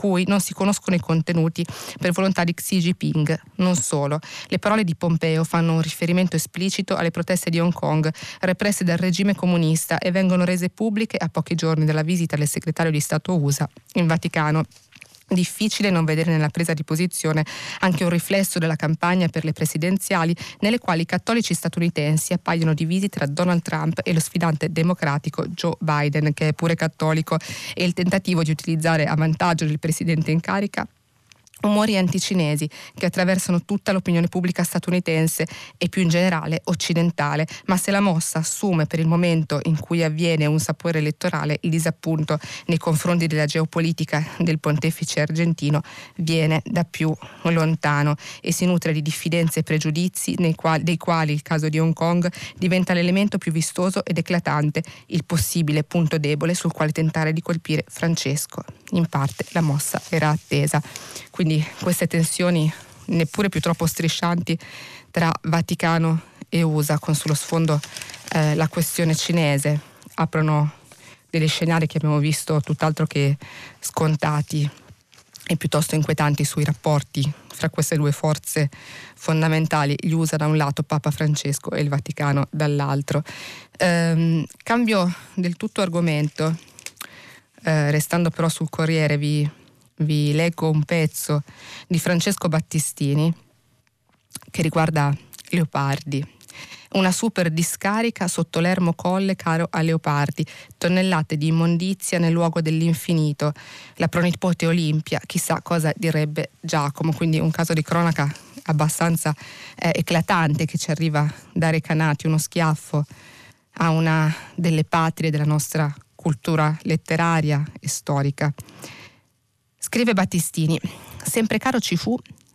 si conoscono i contenuti per volontà di Xi Jinping. Non solo, le parole di Pompeo fanno un riferimento esplicito alle proteste di Hong Kong represse dal regime comunista e vengono rese pubbliche a pochi giorni dalla visita del segretario di Stato USA in Vaticano. Difficile non vedere nella presa di posizione anche un riflesso della campagna per le presidenziali, nelle quali i cattolici statunitensi appaiono divisi tra Donald Trump e lo sfidante democratico Joe Biden, che è pure cattolico, e il tentativo di utilizzare a vantaggio del presidente in carica umori anticinesi che attraversano tutta l'opinione pubblica statunitense e più in generale occidentale, ma se la mossa assume per il momento in cui avviene un sapore elettorale, il disappunto nei confronti della geopolitica del pontefice argentino viene da più lontano e si nutre di diffidenze e pregiudizi dei quali il caso di Hong Kong diventa l'elemento più vistoso ed eclatante, il possibile punto debole sul quale tentare di colpire Francesco. In parte la mossa era attesa. Quindi queste tensioni neppure più troppo striscianti tra Vaticano e USA, con sullo sfondo la questione cinese, aprono degli scenari che abbiamo visto tutt'altro che scontati e piuttosto inquietanti sui rapporti fra queste 2 forze fondamentali, gli USA da un lato, Papa Francesco, e il Vaticano dall'altro. Cambio del tutto argomento, restando però sul Corriere vi leggo un pezzo di Francesco Battistini che riguarda Leopardi. Una super discarica sotto l'Ermo Colle caro a Leopardi, tonnellate di immondizia nel luogo dell'infinito. La pronipote Olimpia, chissà cosa direbbe Giacomo. Quindi un caso di cronaca abbastanza eclatante che ci arriva da Recanati, uno schiaffo a una delle patrie della nostra cultura letteraria e storica. Scrive Battistini, sempre caro ci fu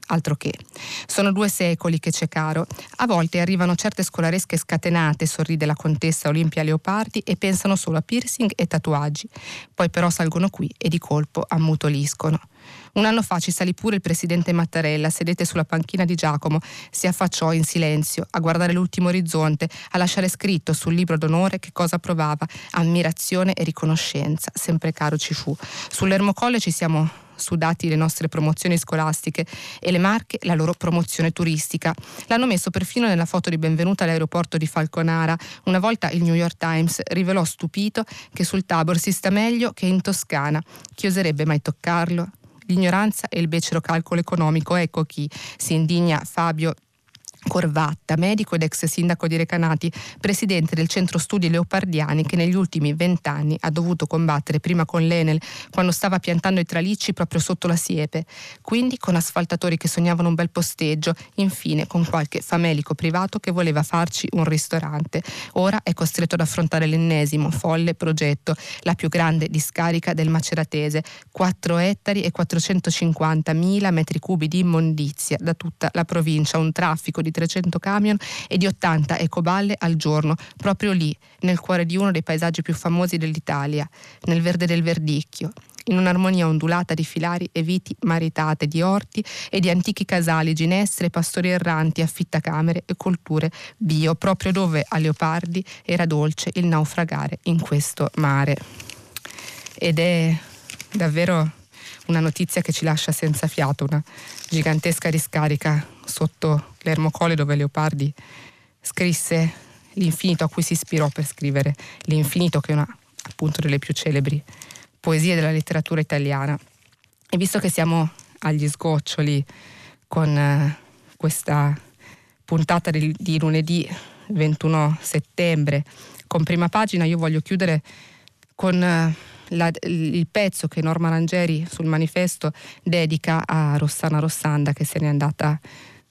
altro che. Sono 2 secoli che c'è caro. A volte arrivano certe scolaresche scatenate, sorride la contessa Olimpia Leopardi, e pensano solo a piercing e tatuaggi. Poi però salgono qui e di colpo ammutoliscono. Un anno fa ci salì pure il presidente Mattarella, sedette sulla panchina di Giacomo, si affacciò in silenzio a guardare l'ultimo orizzonte, a lasciare scritto sul libro d'onore che cosa provava: ammirazione e riconoscenza. Sempre caro ci fu. Sull'Ermocolle ci siamo sudati le nostre promozioni scolastiche e le Marche la loro promozione turistica. L'hanno messo perfino nella foto di benvenuta all'aeroporto di Falconara. Una volta il New York Times rivelò stupito che sul Tabor si sta meglio che in Toscana. Chi oserebbe mai toccarlo? L'ignoranza e il becero calcolo economico, ecco chi si indigna Fabio Corvatta, medico ed ex sindaco di Recanati, presidente del centro studi leopardiani, che negli ultimi 20 anni ha dovuto combattere prima con l'Enel quando stava piantando i tralicci proprio sotto la siepe, quindi con asfaltatori che sognavano un bel posteggio, infine con qualche famelico privato che voleva farci un ristorante. Ora è costretto ad affrontare l'ennesimo folle progetto, la più grande discarica del Maceratese, 4 ettari e 450.000 metri cubi di immondizia da tutta la provincia, un traffico di 300 camion e di 80 ecoballe al giorno, proprio lì, nel cuore di uno dei paesaggi più famosi dell'Italia, nel verde del Verdicchio, in un'armonia ondulata di filari e viti maritate, di orti e di antichi casali, ginestre, pastori erranti, affittacamere e colture bio, proprio dove a Leopardi era dolce il naufragare in questo mare. Ed è davvero una notizia che ci lascia senza fiato, una gigantesca discarica sotto l'Ermocolle, dove Leopardi scrisse l'infinito a cui si ispirò per scrivere L'infinito, che è una appunto delle più celebri poesie della letteratura italiana. E visto che siamo agli sgoccioli con questa puntata di lunedì 21 settembre con Prima Pagina, io voglio chiudere con il pezzo che Norma Rangieri sul Manifesto dedica a Rossana Rossanda, che se n'è andata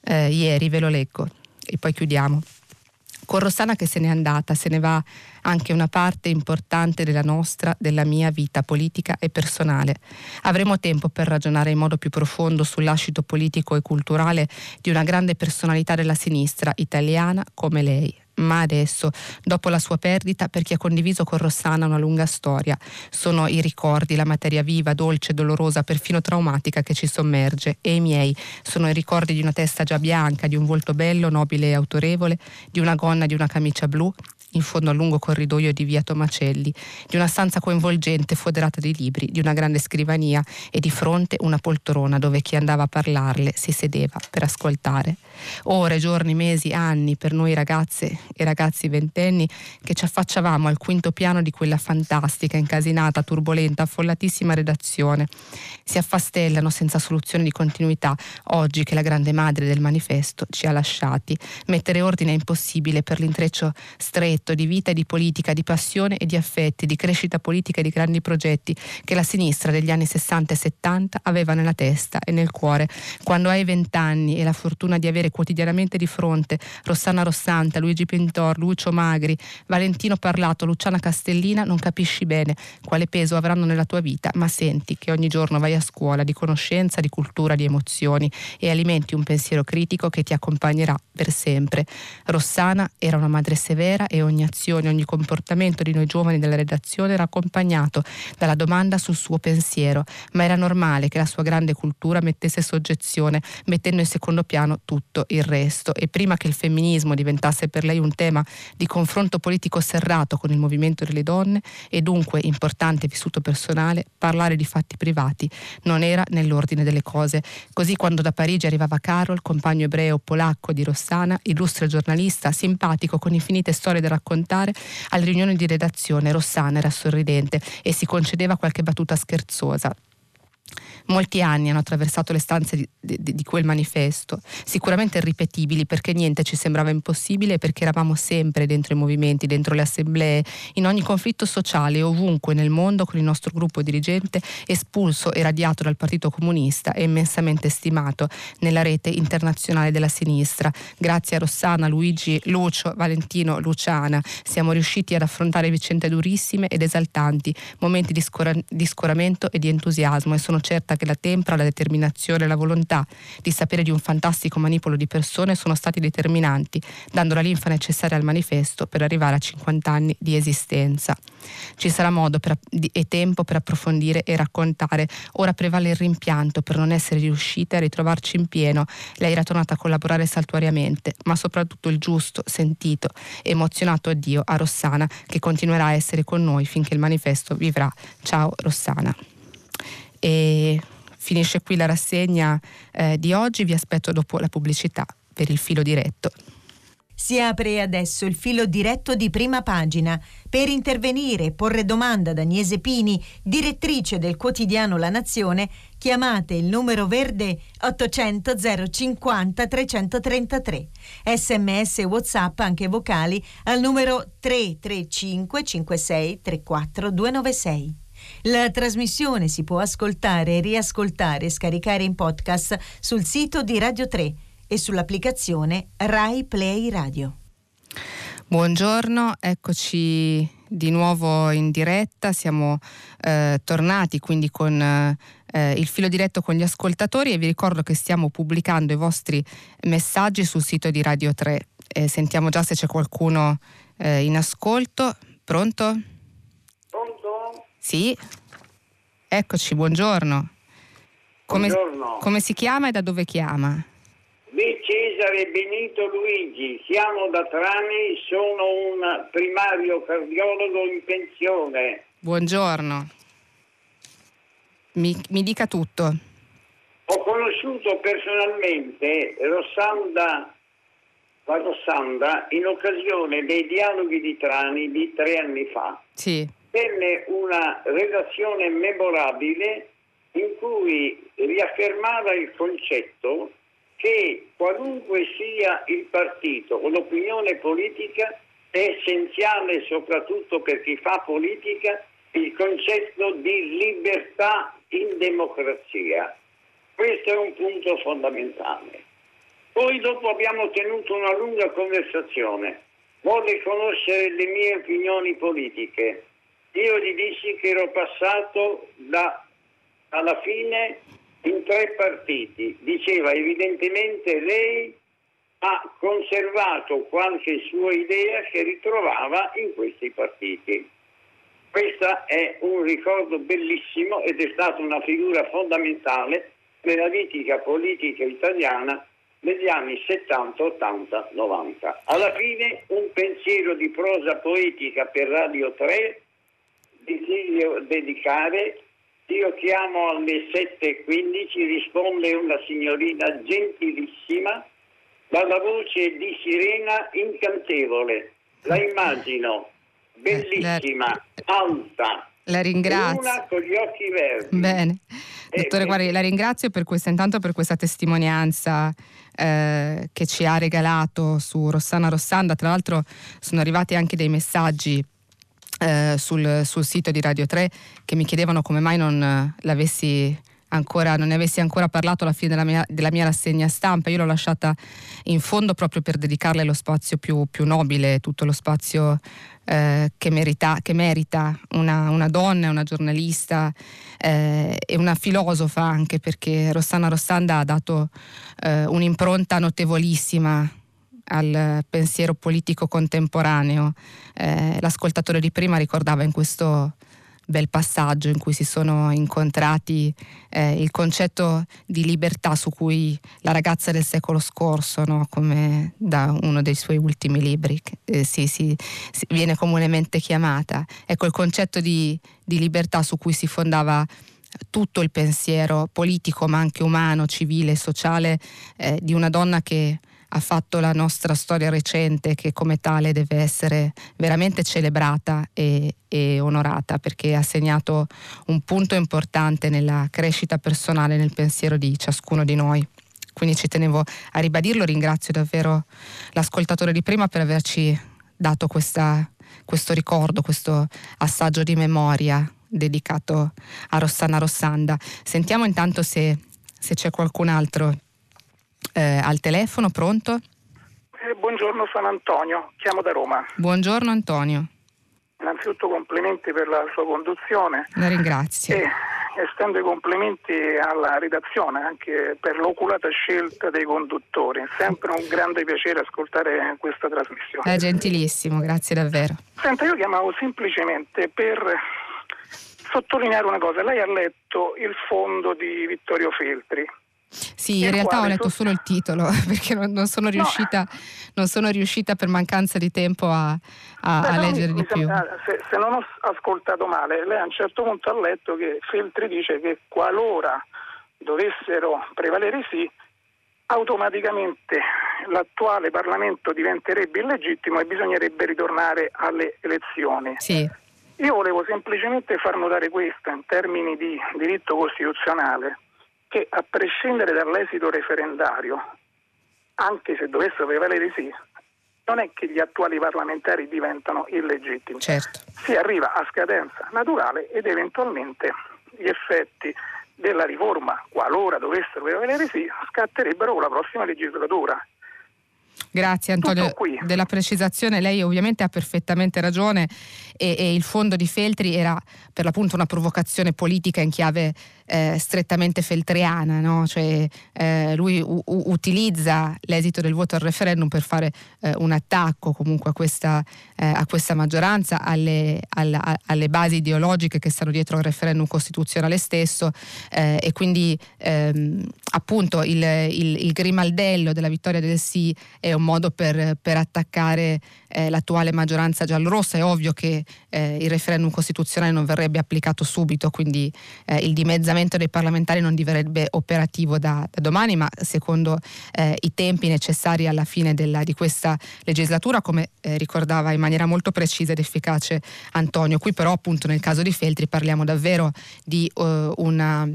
ieri. Ve lo leggo e poi chiudiamo. Con Rossana che se n'è andata, se ne va anche una parte importante della mia vita politica e personale. Avremo tempo per ragionare in modo più profondo sull'ascito politico e culturale di una grande personalità della sinistra italiana come lei. Ma adesso, dopo la sua perdita, per chi ha condiviso con Rossana una lunga storia, sono i ricordi, la materia viva, dolce, dolorosa, perfino traumatica che ci sommerge, e i miei sono i ricordi di una testa già bianca, di un volto bello, nobile e autorevole, di una gonna, di una camicia blu, in fondo al lungo corridoio di via Tomacelli, di una stanza coinvolgente foderata di libri, di una grande scrivania e di fronte una poltrona dove chi andava a parlarle si sedeva per ascoltare. Ore, giorni, mesi, anni per noi ragazze e ragazzi ventenni che ci affacciavamo al quinto piano di quella fantastica, incasinata, turbolenta, affollatissima redazione. Si affastellano senza soluzione di continuità oggi che la grande madre del Manifesto ci ha lasciati. Mettere ordine è impossibile per l'intreccio stretto di vita e di politica, di passione e di affetti, di crescita politica e di grandi progetti che la sinistra degli anni 60 e 70 aveva nella testa e nel cuore. Quando hai 20 anni e la fortuna di avere quotidianamente di fronte Rossana Rossanta, Luigi Pintor, Lucio Magri, Valentino Parlato, Luciana Castellina, non capisci bene quale peso avranno nella tua vita, ma senti che ogni giorno vai a scuola di conoscenza, di cultura, di emozioni e alimenti un pensiero critico che ti accompagnerà per sempre. Rossana era una madre severa e ogni azione, ogni comportamento di noi giovani della redazione era accompagnato dalla domanda sul suo pensiero, ma era normale che la sua grande cultura mettesse soggezione, mettendo in secondo piano tutto il resto. E prima che il femminismo diventasse per lei un tema di confronto politico serrato con il movimento delle donne e dunque importante vissuto personale, parlare di fatti privati non era nell'ordine delle cose. Così quando da Parigi arrivava Carol, compagno ebreo polacco di Rossana, illustre giornalista, simpatico con infinite storie da raccontare, alle riunioni di redazione Rossana era sorridente e si concedeva qualche battuta scherzosa. Molti anni hanno attraversato le stanze di quel manifesto, sicuramente irripetibili perché niente ci sembrava impossibile e perché eravamo sempre dentro i movimenti, dentro le assemblee, in ogni conflitto sociale, ovunque nel mondo con il nostro gruppo dirigente espulso e radiato dal Partito Comunista e immensamente stimato nella rete internazionale della sinistra. Grazie a Rossana, Luigi, Lucio, Valentino, Luciana siamo riusciti ad affrontare vicende durissime ed esaltanti, momenti di scoramento e di entusiasmo, e sono certa che la tempra, la determinazione e la volontà di sapere di un fantastico manipolo di persone sono stati determinanti, dando la linfa necessaria al manifesto per arrivare a 50 anni di esistenza. Ci sarà modo e tempo per approfondire e raccontare. Ora prevale il rimpianto per non essere riuscite a ritrovarci in pieno. Lei era tornata a collaborare saltuariamente, ma soprattutto il giusto, sentito, emozionato addio a Rossana, che continuerà a essere con noi finché il manifesto vivrà. Ciao Rossana. E finisce qui la rassegna di oggi. Vi aspetto dopo la pubblicità per il filo diretto. Si apre adesso il filo diretto di Prima Pagina. Per intervenire e porre domanda ad Agnese Pini, direttrice del quotidiano La Nazione, chiamate il numero verde 800 050 333. SMS e WhatsApp anche vocali al numero 335 56 34 296. La trasmissione si può ascoltare, riascoltare e scaricare in podcast sul sito di Radio 3 e sull'applicazione Rai Play Radio. Buongiorno, eccoci di nuovo in diretta, siamo tornati quindi con il filo diretto con gli ascoltatori e vi ricordo che stiamo pubblicando i vostri messaggi sul sito di Radio 3. Sentiamo già se c'è qualcuno in ascolto. Pronto? Pronto? Sì, eccoci, buongiorno. Buongiorno. Come si chiama e da dove chiama? Di Cesare Benito Luigi, siamo da Trani, sono un primario cardiologo in pensione. Buongiorno. Mi dica tutto. Ho conosciuto personalmente la Rossanda in occasione dei dialoghi di Trani di 3 anni fa. Sì. Tenne una redazione memorabile in cui riaffermava il concetto che qualunque sia il partito o l'opinione politica è essenziale, soprattutto per chi fa politica, il concetto di libertà in democrazia. Questo è un punto fondamentale. Poi dopo abbiamo tenuto una lunga conversazione. Volle conoscere le mie opinioni politiche. Io gli dissi che ero passato alla fine in 3 partiti. Diceva evidentemente lei ha conservato qualche sua idea che ritrovava in questi partiti. Questo è un ricordo bellissimo ed è stata una figura fondamentale nella vita politica italiana negli anni 70, 80, 90. Alla fine un pensiero di prosa poetica per Radio 3 desidero dedicare. Io chiamo alle 7:15, risponde una signorina gentilissima, dalla voce di sirena incantevole. La immagino, bellissima, alta, la ringrazio. Una con gli occhi verdi. Bene. Dottore, guardi, la ringrazio per intanto per questa testimonianza che ci ha regalato su Rossana Rossanda. Tra l'altro sono arrivati anche dei messaggi sul sito di Radio 3 che mi chiedevano come mai non ne avessi ancora parlato alla fine della mia rassegna stampa. Io l'ho lasciata in fondo proprio per dedicarle lo spazio più nobile, tutto lo spazio che merita una donna, una giornalista e una filosofa anche, perché Rossana Rossanda ha dato un'impronta notevolissima al pensiero politico contemporaneo. L'ascoltatore di prima ricordava in questo bel passaggio in cui si sono incontrati il concetto di libertà su cui la ragazza del secolo scorso, no? Come da uno dei suoi ultimi libri si viene comunemente chiamata. Ecco, il concetto di libertà su cui si fondava tutto il pensiero politico, ma anche umano, civile, sociale, di una donna che ha fatto la nostra storia recente, che come tale deve essere veramente celebrata e onorata, perché ha segnato un punto importante nella crescita personale, nel pensiero di ciascuno di noi. Quindi ci tenevo a ribadirlo. Ringrazio davvero l'ascoltatore di prima per averci dato questo ricordo, questo assaggio di memoria dedicato a Rossana Rossanda. Sentiamo intanto se c'è qualcun altro al telefono. Pronto? Buongiorno, sono Antonio, chiamo da Roma. Buongiorno Antonio. Innanzitutto complimenti per la sua conduzione. La ringrazio. estendo i complimenti alla redazione anche per l'oculata scelta dei conduttori. È sempre un grande piacere ascoltare questa trasmissione. È gentilissimo, grazie davvero. Senta, io chiamavo semplicemente per sottolineare una cosa. Lei ha letto il fondo di Vittorio Feltri. Sì, in realtà ho letto solo il titolo perché non sono riuscita per mancanza di tempo a leggere di più. Se non ho ascoltato male, lei a un certo punto ha letto che Feltri dice che qualora dovessero prevalere sì, automaticamente l'attuale Parlamento diventerebbe illegittimo e bisognerebbe ritornare alle elezioni. Sì. Io volevo semplicemente far notare questo in termini di diritto costituzionale, che a prescindere dall'esito referendario, anche se dovessero prevalere sì, non è che gli attuali parlamentari diventano illegittimi. Certo. Si arriva a scadenza naturale ed eventualmente gli effetti della riforma, qualora dovessero prevalere sì, scatterebbero con la prossima legislatura. Grazie Antonio della precisazione, lei ovviamente ha perfettamente ragione e il fondo di Feltri era per l'appunto una provocazione politica in chiave strettamente feltriana, no? Cioè lui utilizza l'esito del voto al referendum per fare un attacco comunque a questa maggioranza, alle basi ideologiche che stanno dietro al referendum costituzionale stesso e quindi appunto il grimaldello della vittoria del sì è un modo per attaccare l'attuale maggioranza giallorossa. È ovvio che il referendum costituzionale non verrebbe applicato subito, quindi il dimezzamento dei parlamentari non diventerebbe operativo da domani, ma secondo i tempi necessari alla fine di questa legislatura, come ricordava in maniera molto precisa ed efficace Antonio. Qui però appunto nel caso di Feltri parliamo davvero di un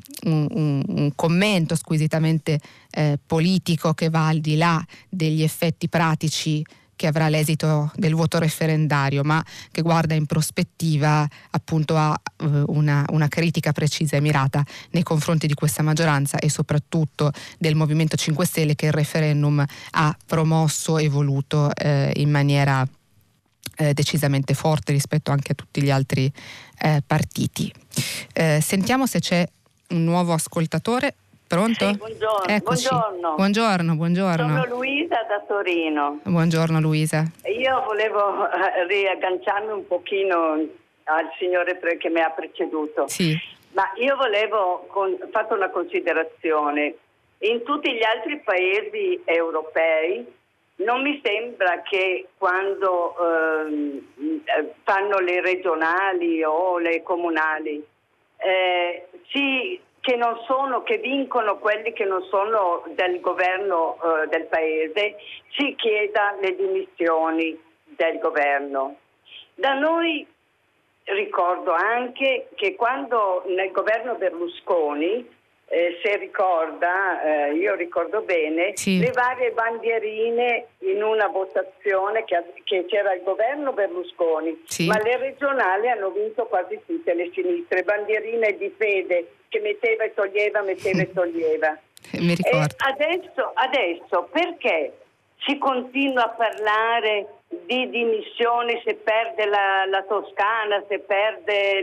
commento squisitamente politico che va al di là degli effetti pratici che avrà l'esito del voto referendario, ma che guarda in prospettiva appunto a una critica precisa e mirata nei confronti di questa maggioranza e soprattutto del Movimento 5 Stelle, che il referendum ha promosso e voluto in maniera decisamente forte rispetto anche a tutti gli altri partiti. Sentiamo se c'è un nuovo ascoltatore. Pronto? Sì, buongiorno. Eccoci. Buongiorno. Sono Luisa da Torino. Buongiorno Luisa. Io volevo riagganciarmi un pochino al signore che mi ha preceduto. Sì. Ma io volevo fatto una considerazione. In tutti gli altri paesi europei non mi sembra che quando fanno le regionali o le comunali che vincono quelli che non sono del governo del paese, si chieda le dimissioni del governo. Da noi ricordo anche che quando nel governo Berlusconi, se ricorda, io ricordo bene, sì, le varie bandierine in una votazione che c'era il governo Berlusconi, sì, ma le regionali hanno vinto quasi tutte le sinistre, bandierine di fede che metteva e toglieva. Mi ricordo. Adesso perché si continua a parlare di dimissioni se perde la Toscana, se perde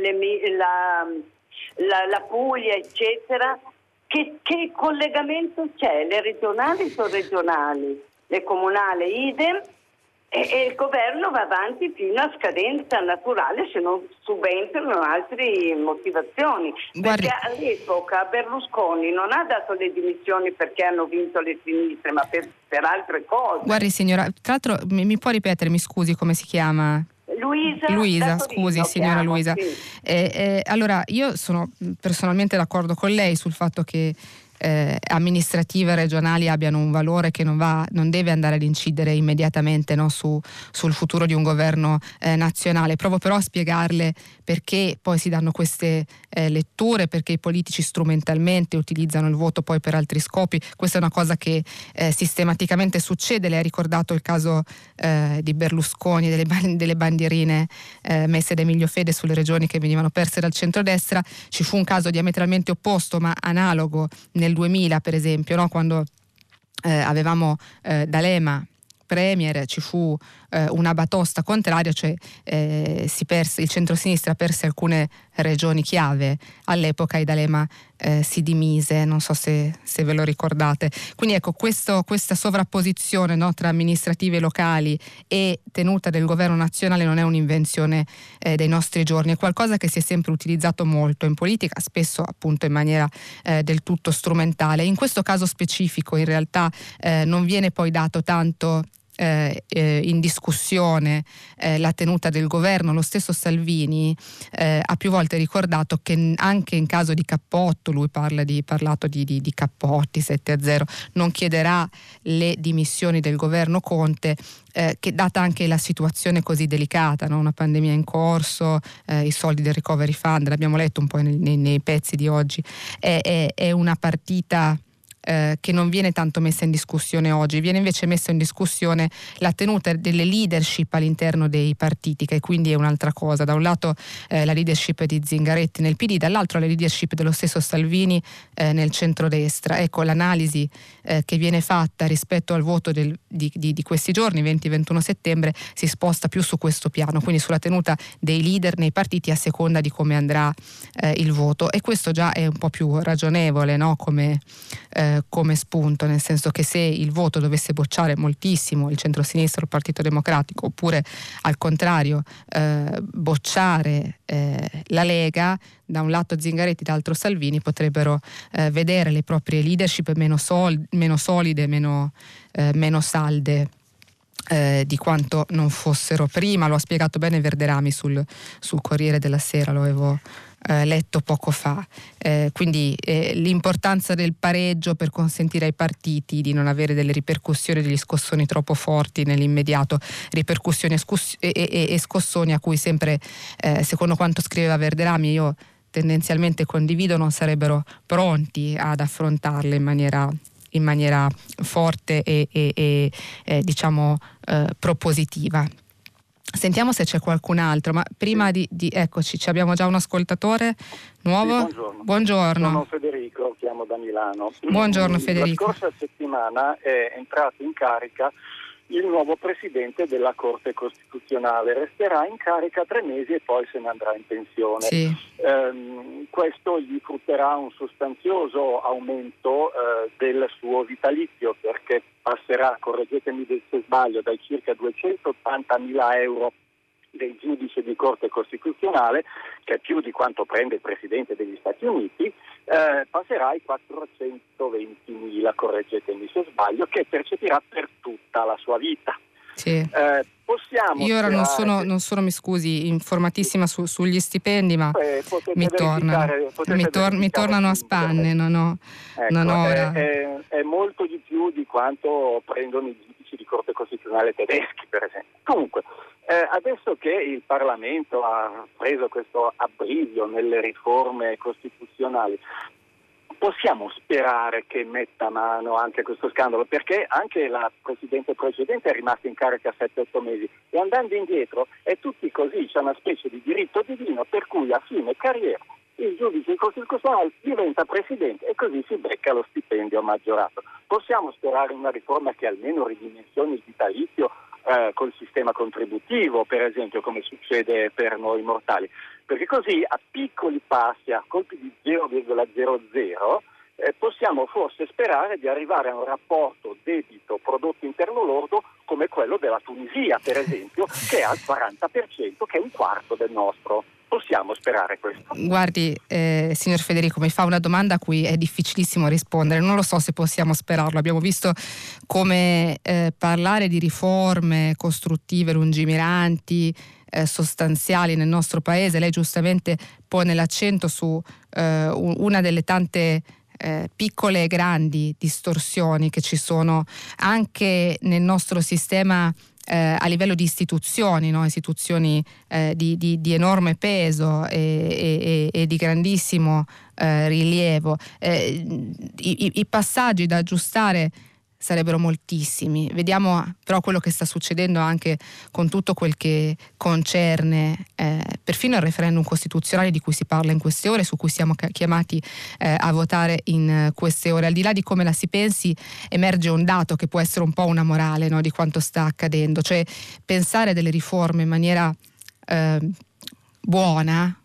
la Puglia, eccetera? Che collegamento c'è? Le regionali sono regionali, le comunali idem, e il governo va avanti fino a scadenza naturale se non subentrano altre motivazioni. Guardi, perché all'epoca Berlusconi non ha dato le dimissioni perché hanno vinto le sinistre, ma per altre cose. Guardi signora, tra l'altro mi può ripetere, mi scusi, come si chiama? Luisa, scusi signora Luisa. Sì. Allora io sono personalmente d'accordo con lei sul fatto che amministrative regionali abbiano un valore che non deve andare ad incidere immediatamente, no, sul futuro di un governo nazionale. Provo però a spiegarle perché poi si danno queste letture, perché i politici strumentalmente utilizzano il voto poi per altri scopi. Questa è una cosa che sistematicamente succede. Lei ha ricordato il caso di Berlusconi, delle bandierine messe da Emilio Fede sulle regioni che venivano perse dal centrodestra. Ci fu un caso diametralmente opposto ma analogo nel 2000 per esempio, no? Quando avevamo D'Alema premier, ci fu una batosta contraria, cioè il centrosinistra perse alcune regioni chiave. All'epoca i D'Alema si dimise, non so se ve lo ricordate. Quindi ecco, questa sovrapposizione, no, tra amministrative locali e tenuta del governo nazionale non è un'invenzione dei nostri giorni, è qualcosa che si è sempre utilizzato molto in politica, spesso appunto in maniera del tutto strumentale. In questo caso specifico in realtà non viene poi dato tanto in discussione la tenuta del governo. Lo stesso Salvini ha più volte ricordato che anche in caso di cappotto, lui parlato di cappotti 7-0, non chiederà le dimissioni del governo Conte, che data anche la situazione così delicata, no? Una pandemia in corso, i soldi del recovery fund, l'abbiamo letto un po' nei pezzi di oggi, è una partita che non viene tanto messa in discussione oggi, viene invece messa in discussione la tenuta delle leadership all'interno dei partiti, che quindi è un'altra cosa. Da un lato la leadership di Zingaretti nel PD, dall'altro la leadership dello stesso Salvini nel centrodestra. Ecco, l'analisi che viene fatta rispetto al voto di questi giorni, 20-21 settembre, si sposta più su questo piano, quindi sulla tenuta dei leader nei partiti a seconda di come andrà il voto, e questo già è un po' più ragionevole, no? Come spunto, nel senso che se il voto dovesse bocciare moltissimo il centro-sinistra o il Partito Democratico, oppure al contrario bocciare la Lega, da un lato Zingaretti, dall'altro Salvini, potrebbero vedere le proprie leadership meno solide, meno salde di quanto non fossero prima. Lo ha spiegato bene Verderami sul Corriere della Sera, lo avevo letto poco fa. Quindi l'importanza del pareggio per consentire ai partiti di non avere delle ripercussioni, degli scossoni troppo forti nell'immediato, ripercussioni e scossoni a cui sempre, secondo quanto scriveva Verderami, io tendenzialmente condivido, non sarebbero pronti ad affrontarle in maniera forte e diciamo propositiva. Sentiamo se c'è qualcun altro, ma prima di eccoci, abbiamo già un ascoltatore nuovo. Sì, buongiorno. Sono Federico, chiamo da Milano. Buongiorno Federico. La scorsa settimana è entrato in carica il nuovo presidente della Corte Costituzionale. Resterà in carica 3 mesi e poi se ne andrà in pensione. Sì. Questo gli frutterà un sostanzioso aumento del suo vitalizio, perché passerà, correggetemi se sbaglio, dai circa 280.000 euro del giudice di Corte Costituzionale, che è più di quanto prende il Presidente degli Stati Uniti, passerà ai 420.000, correggetemi se sbaglio, che percepirà per tutta la sua vita. Sì. Io ora non sono, mi scusi, informatissima sugli stipendi, ma mi tornano a spanne, è molto di più di quanto prendono i giudici di Corte Costituzionale tedeschi, per esempio. Comunque, adesso che il Parlamento ha preso questo abbrivio nelle riforme costituzionali, possiamo sperare che metta mano anche a questo scandalo, perché anche la Presidente precedente è rimasta in carica 7-8 mesi e andando indietro è tutti così, c'è una specie di diritto divino per cui a fine carriera il giudice costituzionale diventa Presidente e così si becca lo stipendio maggiorato. Possiamo sperare una riforma che almeno ridimensioni il vitalizio col sistema contributivo, per esempio, come succede per noi mortali, perché così a piccoli passi, a colpi di 0,00, possiamo forse sperare di arrivare a un rapporto debito-prodotto interno lordo come quello della Tunisia, per esempio, che è al 40%, che è un quarto del nostro. Possiamo sperare questo? Guardi, signor Federico, mi fa una domanda a cui è difficilissimo rispondere. Non lo so se possiamo sperarlo. Abbiamo visto come parlare di riforme costruttive, lungimiranti, sostanziali nel nostro paese. Lei giustamente pone l'accento su una delle tante piccole e grandi distorsioni che ci sono anche nel nostro sistema a livello di istituzioni, no? Istituzioni di enorme peso e di grandissimo rilievo. I passaggi da aggiustare sarebbero moltissimi. Vediamo però quello che sta succedendo anche con tutto quel che concerne perfino il referendum costituzionale di cui si parla in queste ore, su cui siamo chiamati a votare in queste ore. Al di là di come la si pensi, emerge un dato che può essere un po' una morale, no, di quanto sta accadendo, cioè pensare delle riforme in maniera buona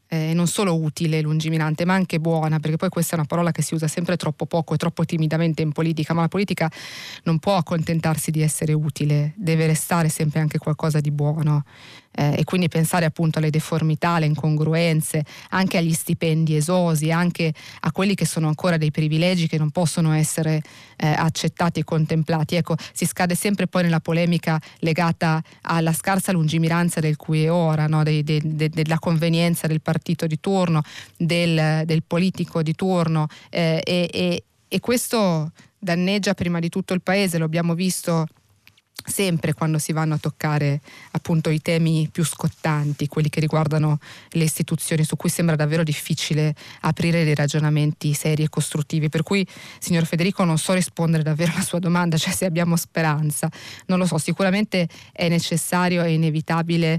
non solo utile, lungimirante, ma anche buona, perché poi questa è una parola che si usa sempre troppo poco e troppo timidamente in politica, ma la politica non può accontentarsi di essere utile, deve restare sempre anche qualcosa di buono, e quindi pensare appunto alle deformità, alle incongruenze, anche agli stipendi esosi, anche a quelli che sono ancora dei privilegi che non possono essere accettati e contemplati. Ecco, si scade sempre poi nella polemica legata alla scarsa lungimiranza del qui e ora, no? Della convenienza del partito di turno, del politico di turno, e questo danneggia prima di tutto il paese. Lo abbiamo visto sempre quando si vanno a toccare appunto i temi più scottanti, quelli che riguardano le istituzioni, su cui sembra davvero difficile aprire dei ragionamenti seri e costruttivi. Per cui, signor Federico, non so rispondere davvero alla sua domanda, cioè se abbiamo speranza, non lo so. Sicuramente è necessario e inevitabile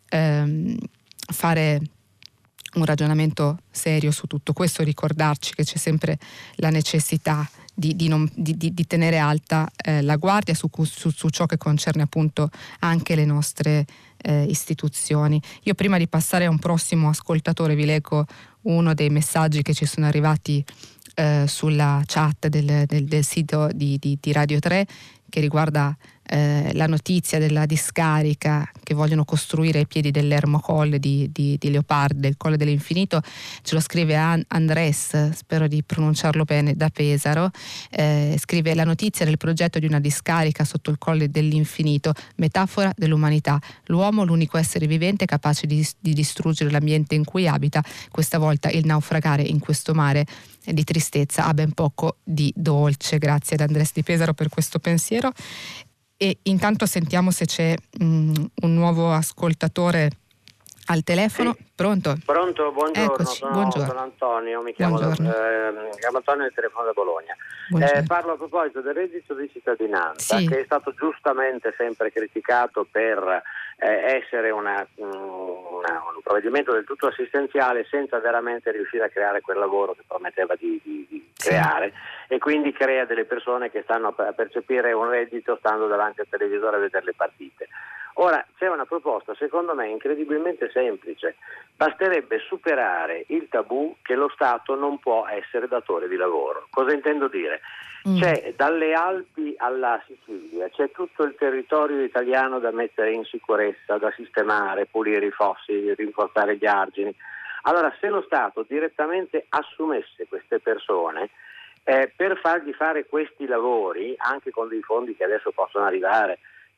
fare un ragionamento serio su tutto questo, ricordarci che c'è sempre la necessità di tenere alta la guardia su ciò che concerne appunto anche le nostre istituzioni. Io, prima di passare a un prossimo ascoltatore, vi leggo uno dei messaggi che ci sono arrivati sulla chat del sito di Radio 3, che riguarda la notizia della discarica che vogliono costruire ai piedi dell'Ermo Colle di Leopardi, del Colle dell'Infinito. Ce lo scrive Andres, spero di pronunciarlo bene, da Pesaro. Scrive: la notizia del progetto di una discarica sotto il Colle dell'Infinito, metafora dell'umanità, l'uomo l'unico essere vivente capace di distruggere l'ambiente in cui abita, questa volta il naufragare in questo mare di tristezza ha ben poco di dolce. Grazie ad Andres di Pesaro per questo pensiero. E intanto sentiamo se c'è un nuovo ascoltatore al telefono. Sì. Pronto? Pronto, buongiorno. Eccoci, buongiorno. Sono Antonio, mi chiamo Antonio del telefono da Bologna. Parlo a proposito del reddito di cittadinanza, sì, che è stato giustamente sempre criticato per essere un provvedimento del tutto assistenziale, senza veramente riuscire a creare quel lavoro che prometteva di creare, e quindi crea delle persone che stanno a percepire un reddito stando davanti al televisore a vedere le partite. Ora, c'è una proposta secondo me incredibilmente semplice: basterebbe superare il tabù che lo Stato non può essere datore di lavoro. Cosa intendo dire? C'è dalle Alpi alla Sicilia, c'è tutto il territorio italiano da mettere in sicurezza, da sistemare, pulire i fossi, rinforzare gli argini. Allora, se lo Stato direttamente assumesse queste persone per fargli fare questi lavori, anche con dei fondi che adesso possono arrivare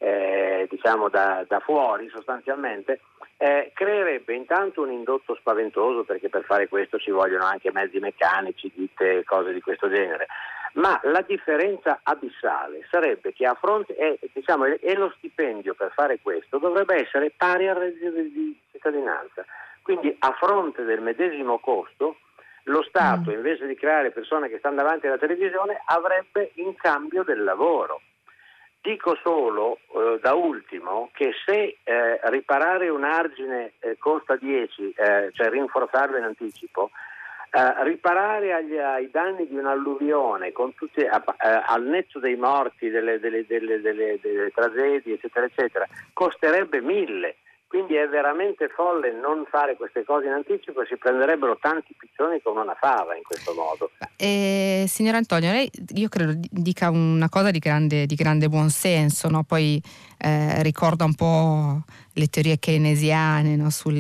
da fuori sostanzialmente, creerebbe intanto un indotto spaventoso, perché per fare questo ci vogliono anche mezzi meccanici, ditte, cose di questo genere. Ma la differenza abissale sarebbe che a fronte e lo stipendio per fare questo dovrebbe essere pari al reddito di cittadinanza. Quindi, a fronte del medesimo costo, lo Stato, invece di creare persone che stanno davanti alla televisione, avrebbe in cambio del lavoro. Dico solo, da ultimo, che se riparare un argine costa 10, cioè rinforzarlo in anticipo, riparare ai danni di un'alluvione, con tutti, al netto dei morti, delle tragedie, eccetera, eccetera, costerebbe 1.000. Quindi è veramente folle non fare queste cose in anticipo, e si prenderebbero tanti piccioni come una fava in questo modo. Signor Antonio, lei, io credo, dica una cosa di grande buonsenso, no? Poi ricorda un po' le teorie keynesiane, no? Su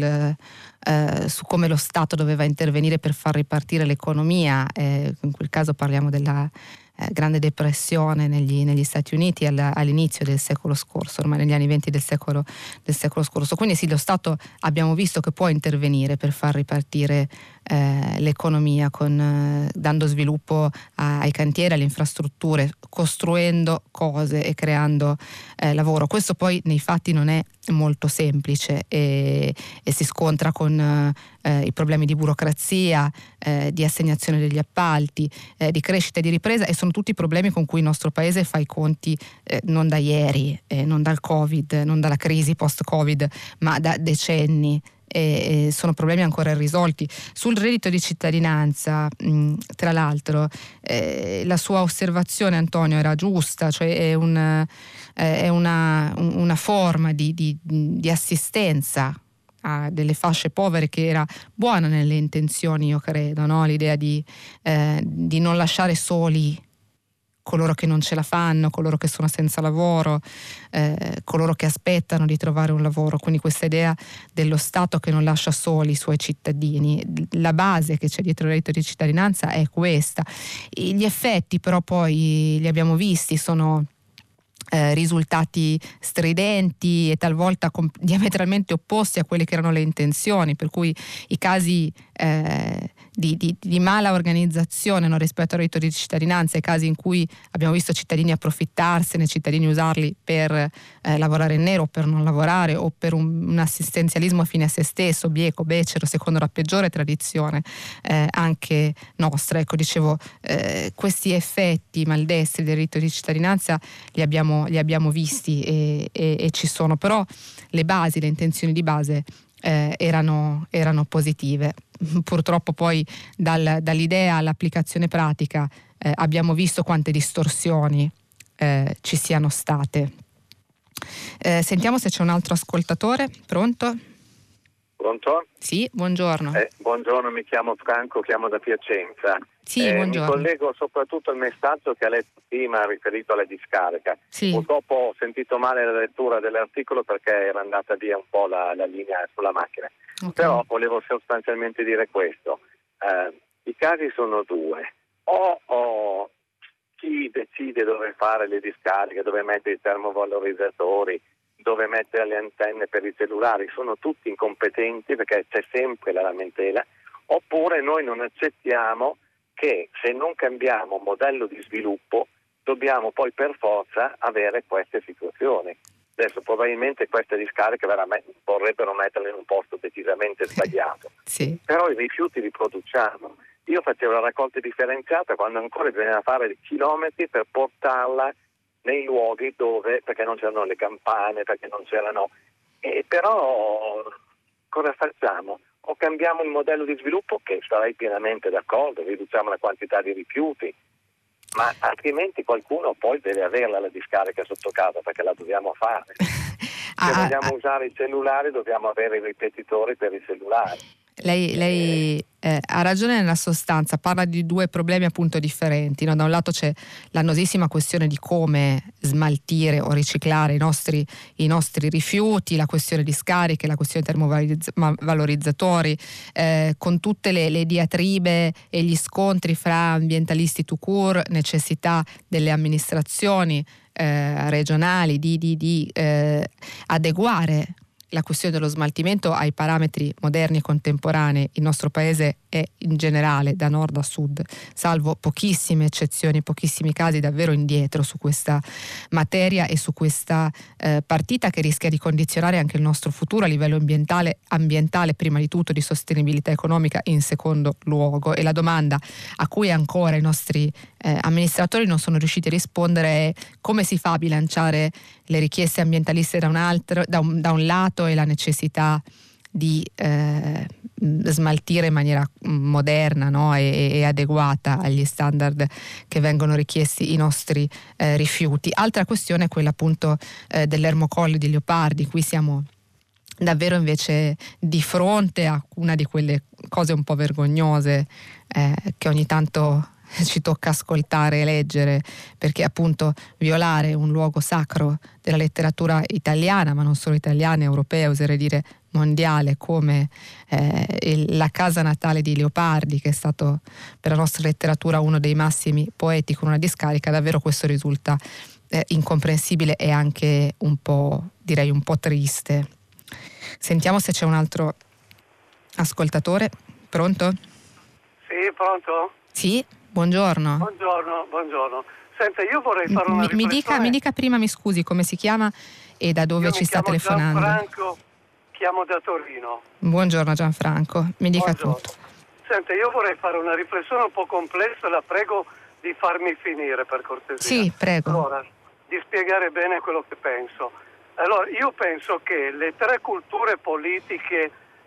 come lo Stato doveva intervenire per far ripartire l'economia. In quel caso parliamo della Grande Depressione negli Stati Uniti all'inizio del secolo scorso, ormai negli anni 20 del secolo scorso. Quindi sì, lo Stato abbiamo visto che può intervenire per far ripartire l'economia, dando sviluppo ai cantieri, alle infrastrutture, costruendo cose e creando lavoro. Questo poi nei fatti non è molto semplice e si scontra con i problemi di burocrazia, di assegnazione degli appalti, di crescita e di ripresa, e sono tutti problemi con cui il nostro paese fa i conti non da ieri, non dal Covid, non dalla crisi post-Covid, ma da decenni. E sono problemi ancora irrisolti. Sul reddito di cittadinanza, tra l'altro, la sua osservazione, Antonio, era giusta, cioè è una forma di assistenza a delle fasce povere, che era buona nelle intenzioni, io credo, no? L'idea di non lasciare soli coloro che non ce la fanno, coloro che sono senza lavoro, coloro che aspettano di trovare un lavoro. Quindi questa idea dello Stato che non lascia soli i suoi cittadini, la base che c'è dietro il reddito di cittadinanza è questa. Gli effetti però poi li abbiamo visti, sono risultati stridenti e talvolta diametralmente opposti a quelle che erano le intenzioni, per cui i casi di mala organizzazione, no, rispetto al reddito di cittadinanza, i casi in cui abbiamo visto cittadini approfittarsene, cittadini usarli per lavorare in nero, per non lavorare, o per un assistenzialismo fine a se stesso, bieco, becero, secondo la peggiore tradizione anche nostra. Ecco, dicevo, questi effetti maldestri del reddito di cittadinanza li abbiamo visti e ci sono, però le basi, le intenzioni di base erano positive. Purtroppo poi dall'idea all'applicazione pratica abbiamo visto quante distorsioni ci siano state. Sentiamo se c'è un altro ascoltatore. Pronto? Pronto? Sì, buongiorno. Buongiorno, mi chiamo Franco, chiamo da Piacenza. Sì, buongiorno. Mi collego soprattutto al messaggio che ha letto prima riferito alla discarica. Sì. Purtroppo ho sentito male la lettura dell'articolo perché era andata via un po' la linea sulla macchina. Okay. Però volevo sostanzialmente dire questo. I casi sono due. O chi decide dove fare le discariche, dove mettere i termovalorizzatori, dove mettere le antenne per i cellulari, sono tutti incompetenti perché c'è sempre la lamentela, oppure noi non accettiamo che se non cambiamo modello di sviluppo dobbiamo poi per forza avere queste situazioni. Adesso probabilmente queste discariche vorrebbero metterle in un posto decisamente sbagliato, sì. Però i rifiuti li produciamo. Io facevo la raccolta differenziata quando ancora bisognava fare chilometri per portarla nei luoghi dove, perché non c'erano le campane, perché non c'erano. Però cosa facciamo? O cambiamo il modello di sviluppo, che sarei pienamente d'accordo, riduciamo la quantità di rifiuti, ma altrimenti qualcuno poi deve averla la discarica sotto casa, perché la dobbiamo fare. Se vogliamo usare i cellulari dobbiamo avere i ripetitori per i cellulari. Lei ha ragione nella sostanza, parla di due problemi appunto differenti, no? Da un lato c'è l'annosissima questione di come smaltire o riciclare i nostri rifiuti, la questione di scariche, la questione termovalorizzatori, con tutte le diatribe e gli scontri fra ambientalisti tout court, necessità delle amministrazioni regionali di adeguare la questione dello smaltimento ai parametri moderni e contemporanei. Il nostro paese è in generale, da nord a sud, salvo pochissime eccezioni, pochissimi casi, davvero indietro su questa materia e su questa partita che rischia di condizionare anche il nostro futuro a livello ambientale prima di tutto, di sostenibilità economica in secondo luogo. E la domanda a cui ancora i nostri amministratori non sono riusciti a rispondere è: come si fa a bilanciare le richieste ambientaliste da un lato e la necessità di smaltire in maniera moderna, no? e adeguata agli standard che vengono richiesti i nostri rifiuti. Altra questione è quella appunto dell'Ermocolli di Leopardi. Qui siamo davvero invece di fronte a una di quelle cose un po' vergognose che ogni tanto ci tocca ascoltare e leggere, perché appunto violare un luogo sacro della letteratura italiana, ma non solo italiana, europea, oserei dire mondiale, come la casa natale di Leopardi, che è stato per la nostra letteratura uno dei massimi poeti, con una discarica, davvero questo risulta incomprensibile e anche un po' triste. Sentiamo se c'è un altro ascoltatore. Pronto? Sì, pronto? Sì, buongiorno. Buongiorno. Senta, io vorrei fare una riflessione. Mi dica prima, mi scusi, come si chiama e da dove ci sta telefonando. Gianfranco, chiamo da Torino. Buongiorno Gianfranco, mi dica tutto. Senta, io vorrei fare una riflessione un po' complessa, la prego di farmi finire per cortesia. Sì, prego. Allora, di spiegare bene quello che penso. Allora, io penso che le tre culture politiche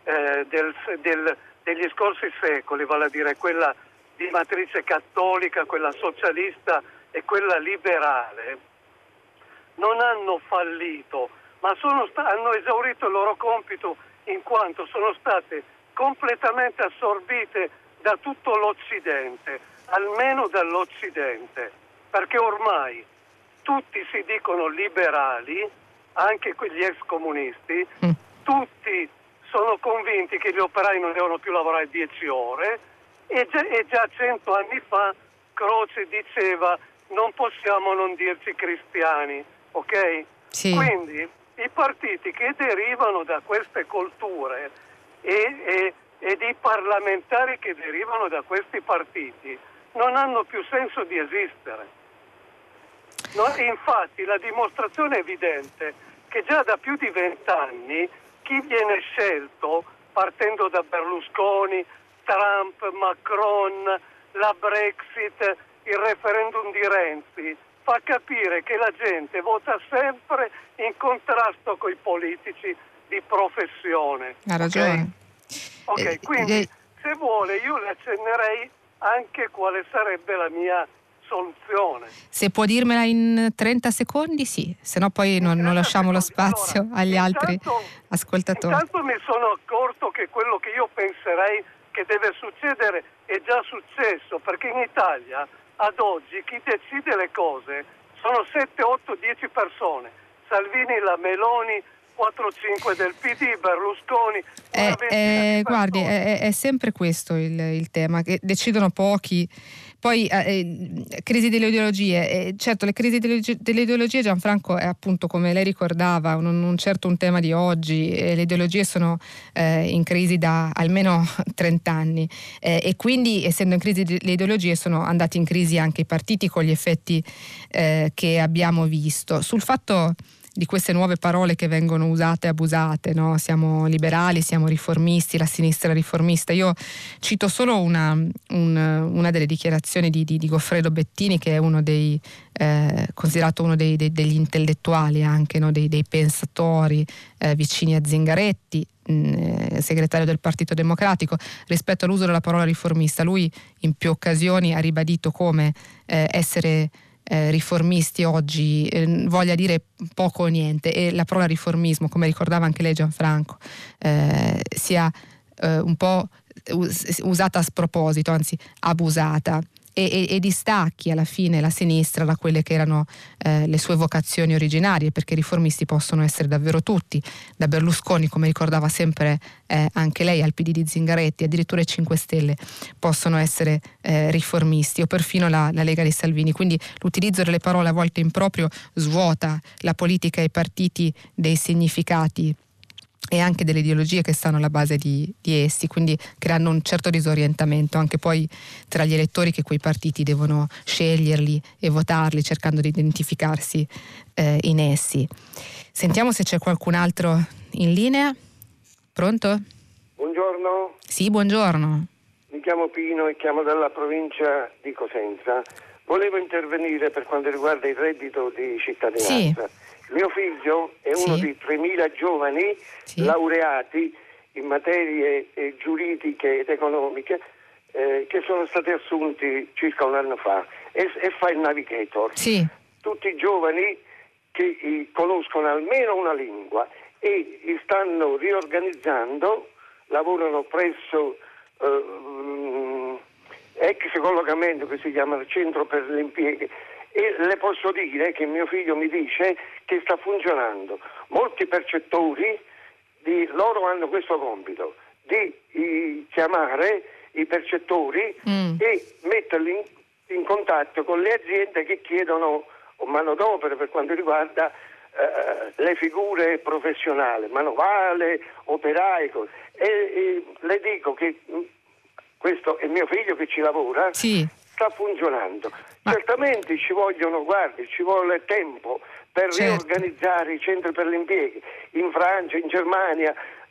degli scorsi secoli, vale a dire quella di matrice cattolica, quella socialista e quella liberale, non hanno fallito, ma hanno esaurito il loro compito in quanto sono state completamente assorbite da tutto l'Occidente, almeno dall'Occidente, perché ormai tutti si dicono liberali, anche quegli ex comunisti, tutti sono convinti che gli operai non devono più lavorare 10 ore e già 100 anni fa Croce diceva non possiamo non dirci cristiani, ok? Sì. Quindi i partiti che derivano da queste culture e i parlamentari che derivano da questi partiti non hanno più senso di esistere. No, infatti la dimostrazione è evidente che già da più di 20 anni chi viene scelto, partendo da Berlusconi, Trump, Macron, la Brexit, il referendum di Renzi, fa capire che la gente vota sempre in contrasto con i politici di professione. Ha ragione. Ok, quindi se vuole io le accennerei anche quale sarebbe la mia soluzione. Se può dirmela in 30 secondi, sì, se no poi non lasciamo lo spazio agli altri ascoltatori. Intanto mi sono accorto che quello che io penserei che deve succedere è già successo, perché in Italia ad oggi chi decide le cose sono 7, 8, 10 persone. Salvini, la Meloni, 4-5 del PD, Berlusconi. Guardi, è sempre questo il tema, che decidono pochi. Poi crisi delle ideologie, certo le crisi delle ideologie, Gianfranco, è appunto, come lei ricordava, non certo un tema di oggi, le ideologie sono in crisi da almeno 30 anni e quindi, essendo in crisi le ideologie, sono andati in crisi anche i partiti con gli effetti che abbiamo visto. Sul fatto di queste nuove parole che vengono usate e abusate, no? Siamo liberali, siamo riformisti, la sinistra riformista. Io cito solo una delle dichiarazioni di Goffredo Bettini, che è uno dei considerato uno degli intellettuali anche, no? dei pensatori vicini a Zingaretti, segretario del Partito Democratico, rispetto all'uso della parola riformista. Lui in più occasioni ha ribadito come essere riformisti oggi voglia dire poco o niente, e la parola riformismo, come ricordava anche lei Gianfranco, sia un po' usata a sproposito, anzi abusata, e distacchi alla fine la sinistra da quelle che erano le sue vocazioni originarie, perché riformisti possono essere davvero tutti, da Berlusconi, come ricordava sempre anche lei, al PD di Zingaretti, addirittura i 5 Stelle possono essere riformisti, o perfino la Lega di Salvini. Quindi l'utilizzo delle parole a volte improprio svuota la politica e i partiti dei significati e anche delle ideologie che stanno alla base di essi, quindi creando un certo disorientamento anche poi tra gli elettori che quei partiti devono sceglierli e votarli, cercando di identificarsi in essi. Sentiamo se c'è qualcun altro in linea. Pronto? Buongiorno. Sì, buongiorno. Mi chiamo Pino e chiamo dalla provincia di Cosenza. Volevo intervenire per quanto riguarda il reddito di cittadinanza. Sì. Mio figlio è uno di 3.000 giovani laureati in materie giuridiche ed economiche che sono stati assunti circa un anno fa e fa il navigator. Sì. Tutti giovani che conoscono almeno una lingua e stanno riorganizzando, lavorano presso ex collocamento, che si chiama il Centro per l'Impiego, e le posso dire che mio figlio mi dice che sta funzionando. Molti percettori loro hanno questo compito di chiamare i percettori e metterli in contatto con le aziende che chiedono manodopera per quanto riguarda le figure professionali, manovale, operai. E le dico che questo è mio figlio che ci lavora. Sì. Sta funzionando. Certamente ci vuole tempo per riorganizzare i centri per l'impiego. In Francia, in Germania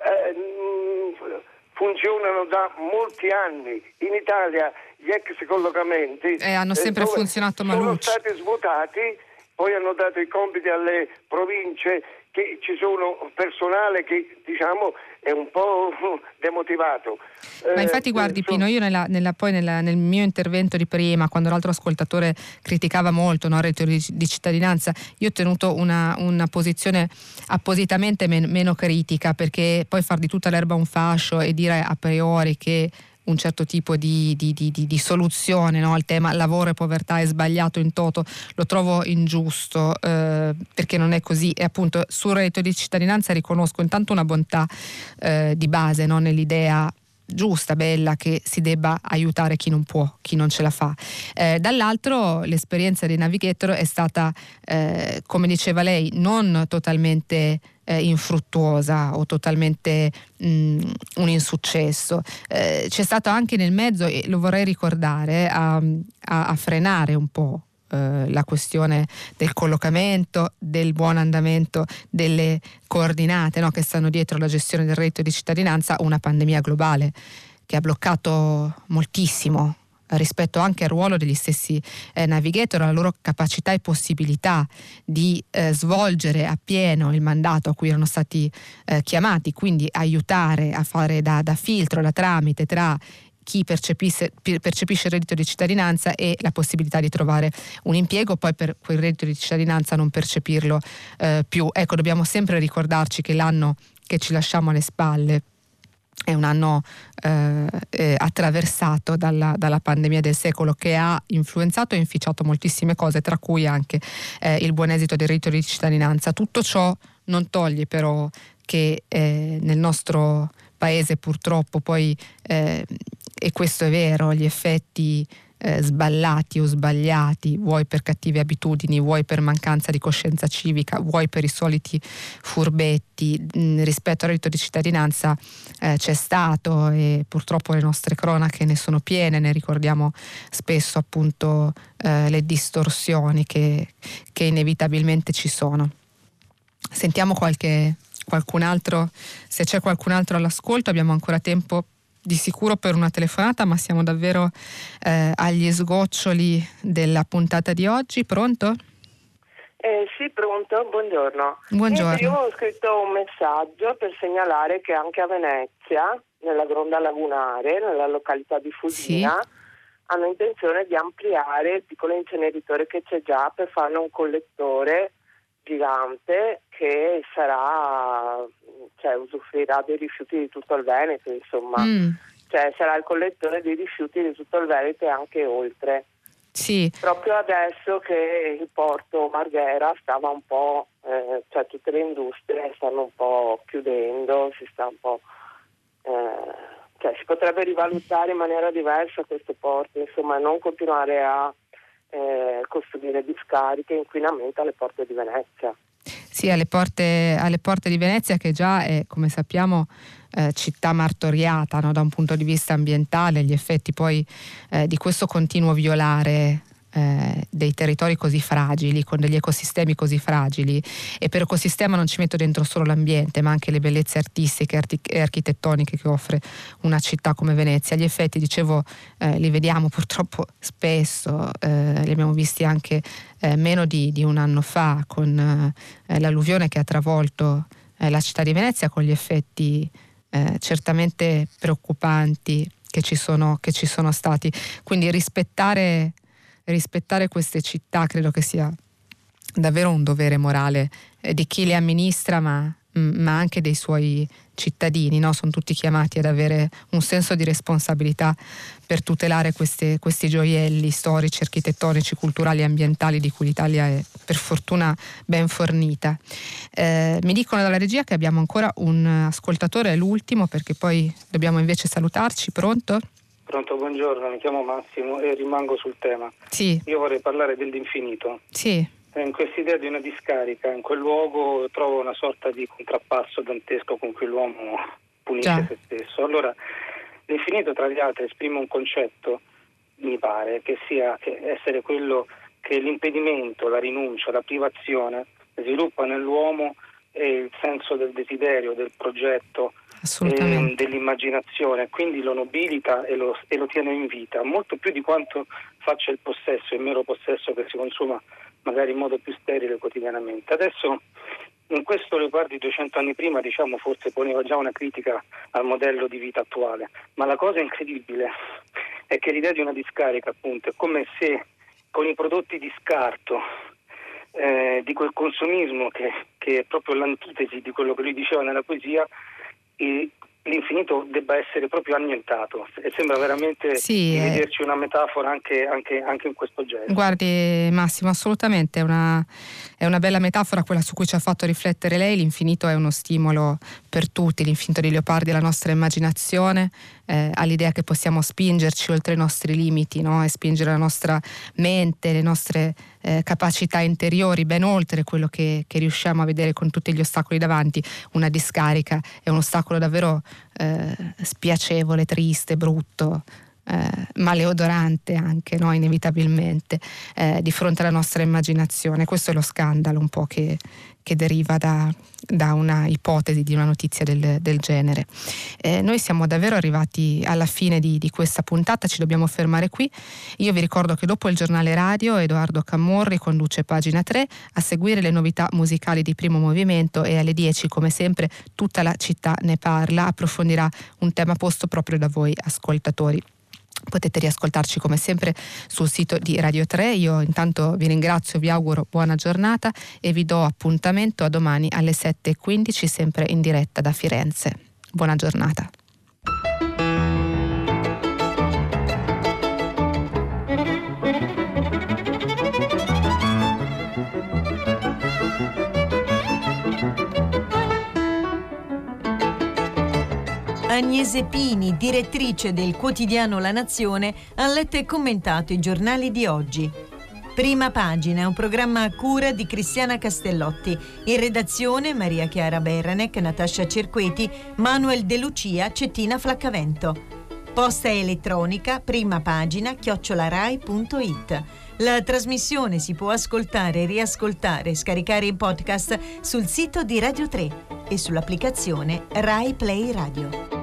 funzionano da molti anni. In Italia gli ex collocamenti hanno sempre funzionato malucci. Sono stati svuotati, poi hanno dato i compiti alle province che ci sono personale che diciamo è un po' demotivato. Ma infatti guardi Pino, io nel mio intervento di prima, quando l'altro ascoltatore criticava molto, no, il reddito di cittadinanza, io ho tenuto una posizione appositamente meno critica, perché poi far di tutta l'erba un fascio e dire a priori che un certo tipo di soluzione, no, al tema lavoro e povertà è sbagliato in toto, lo trovo ingiusto, perché non è così. E appunto sul reddito di cittadinanza riconosco intanto una bontà di base, no, nell'idea giusta, bella, che si debba aiutare chi non può, chi non ce la fa. Dall'altro l'esperienza dei Navigator è stata, come diceva lei, non totalmente infruttuosa o totalmente un insuccesso. C'è stato anche nel mezzo, e lo vorrei ricordare, a frenare un po' la questione del collocamento, del buon andamento delle coordinate, no, che stanno dietro la gestione del reddito di cittadinanza, una pandemia globale che ha bloccato moltissimo rispetto anche al ruolo degli stessi Navigator, alla loro capacità e possibilità di svolgere appieno il mandato a cui erano stati chiamati, quindi aiutare a fare da filtro, da tramite tra chi percepisce il reddito di cittadinanza e la possibilità di trovare un impiego, poi per quel reddito di cittadinanza non percepirlo più. Ecco, dobbiamo sempre ricordarci che l'anno che ci lasciamo alle spalle è un anno attraversato dalla pandemia del secolo, che ha influenzato e inficiato moltissime cose, tra cui anche il buon esito del reddito di cittadinanza. Tutto ciò non toglie però che nel nostro paese purtroppo poi, e questo è vero, gli effetti sballati o sbagliati, vuoi per cattive abitudini, vuoi per mancanza di coscienza civica, vuoi per i soliti furbetti rispetto al reddito di cittadinanza, c'è stato, e purtroppo le nostre cronache ne sono piene, ne ricordiamo spesso appunto le distorsioni che inevitabilmente ci sono. Sentiamo qualcun altro, se c'è qualcun altro all'ascolto. Abbiamo ancora tempo di sicuro per una telefonata, ma siamo davvero agli sgoccioli della puntata di oggi. Pronto? Sì, pronto, buongiorno. Buongiorno. Io ho scritto un messaggio per segnalare che anche a Venezia, nella Gronda Lagunare, nella località di Fusina, sì, hanno intenzione di ampliare il piccolo inceneritore che c'è già per farne un collettore gigante che usufruirà dei rifiuti di tutto il Veneto, insomma. Cioè sarà il collettore dei rifiuti di tutto il Veneto e anche oltre. Sì. Proprio adesso che il porto Marghera stava un po', tutte le industrie stanno un po' chiudendo, si potrebbe rivalutare in maniera diversa questo porto, insomma, non continuare a costruire discariche e inquinamento alle porte di Venezia. Sì, alle porte di Venezia, che già è, come sappiamo, città martoriata, no, da un punto di vista ambientale, gli effetti poi di questo continuo violare dei territori così fragili, con degli ecosistemi così fragili. E per ecosistema non ci metto dentro solo l'ambiente, ma anche le bellezze artistiche e architettoniche che offre una città come Venezia. Gli effetti, dicevo, li vediamo purtroppo spesso, li abbiamo visti anche meno di un anno fa con l'alluvione che ha travolto la città di Venezia, con gli effetti certamente preoccupanti che ci sono stati. Quindi rispettare queste città credo che sia davvero un dovere morale di chi le amministra, ma anche dei suoi cittadini, no? Sono tutti chiamati ad avere un senso di responsabilità per tutelare questi gioielli storici, architettonici, culturali e ambientali di cui l'Italia è per fortuna ben fornita. Mi dicono dalla regia che abbiamo ancora un ascoltatore, l'ultimo, perché poi dobbiamo invece salutarci. Pronto? Pronto, buongiorno, mi chiamo Massimo e rimango sul tema. Sì. Io vorrei parlare dell'infinito. Sì. In questa idea di una discarica, in quel luogo trovo una sorta di contrappasso dantesco con cui l'uomo punisce se stesso. Allora, l'infinito tra gli altri esprime un concetto, mi pare, che sia essere quello che l'impedimento, la rinuncia, la privazione sviluppa nell'uomo il senso del desiderio, del progetto, dell'immaginazione, quindi lo nobilita e lo tiene in vita, molto più di quanto faccia il possesso, il mero possesso che si consuma magari in modo più sterile quotidianamente. Adesso In questo Leopardi 200 anni prima, diciamo, forse poneva già una critica al modello di vita attuale, ma la cosa incredibile è che l'idea di una discarica, appunto, è come se con i prodotti di scarto, di quel consumismo che è proprio l'antitesi di quello che lui diceva nella poesia, l'infinito debba essere proprio annientato, e sembra veramente di vederci una metafora anche in questo genere. Guardi Massimo, assolutamente è una bella metafora quella su cui ci ha fatto riflettere lei. L'infinito è uno stimolo per tutti, l'infinito di Leopardi è la nostra immaginazione, all'idea che possiamo spingerci oltre i nostri limiti, no? E spingere la nostra mente, le nostre capacità interiori ben oltre quello che riusciamo a vedere con tutti gli ostacoli davanti. Una discarica è un ostacolo davvero spiacevole, triste, brutto, maleodorante anche, no? Inevitabilmente di fronte alla nostra immaginazione. Questo è lo scandalo un po' che deriva da una ipotesi di una notizia del genere. Noi siamo davvero arrivati alla fine di questa puntata, ci dobbiamo fermare qui. Io vi ricordo che dopo il giornale radio Edoardo Cammorri conduce Pagina 3, a seguire le novità musicali di Primo Movimento, e alle 10 come sempre Tutta la città ne parla, approfondirà un tema posto proprio da voi ascoltatori. Potete riascoltarci come sempre sul sito di Radio 3. Io intanto vi ringrazio, vi auguro buona giornata e vi do appuntamento a domani alle 7:15, sempre in diretta da Firenze. Buona giornata. Agnese Pini, direttrice del quotidiano La Nazione, ha letto e commentato i giornali di oggi. Prima Pagina è un programma a cura di Cristiana Castellotti. In redazione Maria Chiara Beranec, Natascia Cerqueti, Manuel De Lucia, Cettina Flaccavento. Posta elettronica primapagina@rai.it. La trasmissione si può ascoltare, riascoltare e scaricare in podcast sul sito di Radio 3 e sull'applicazione Rai Play Radio.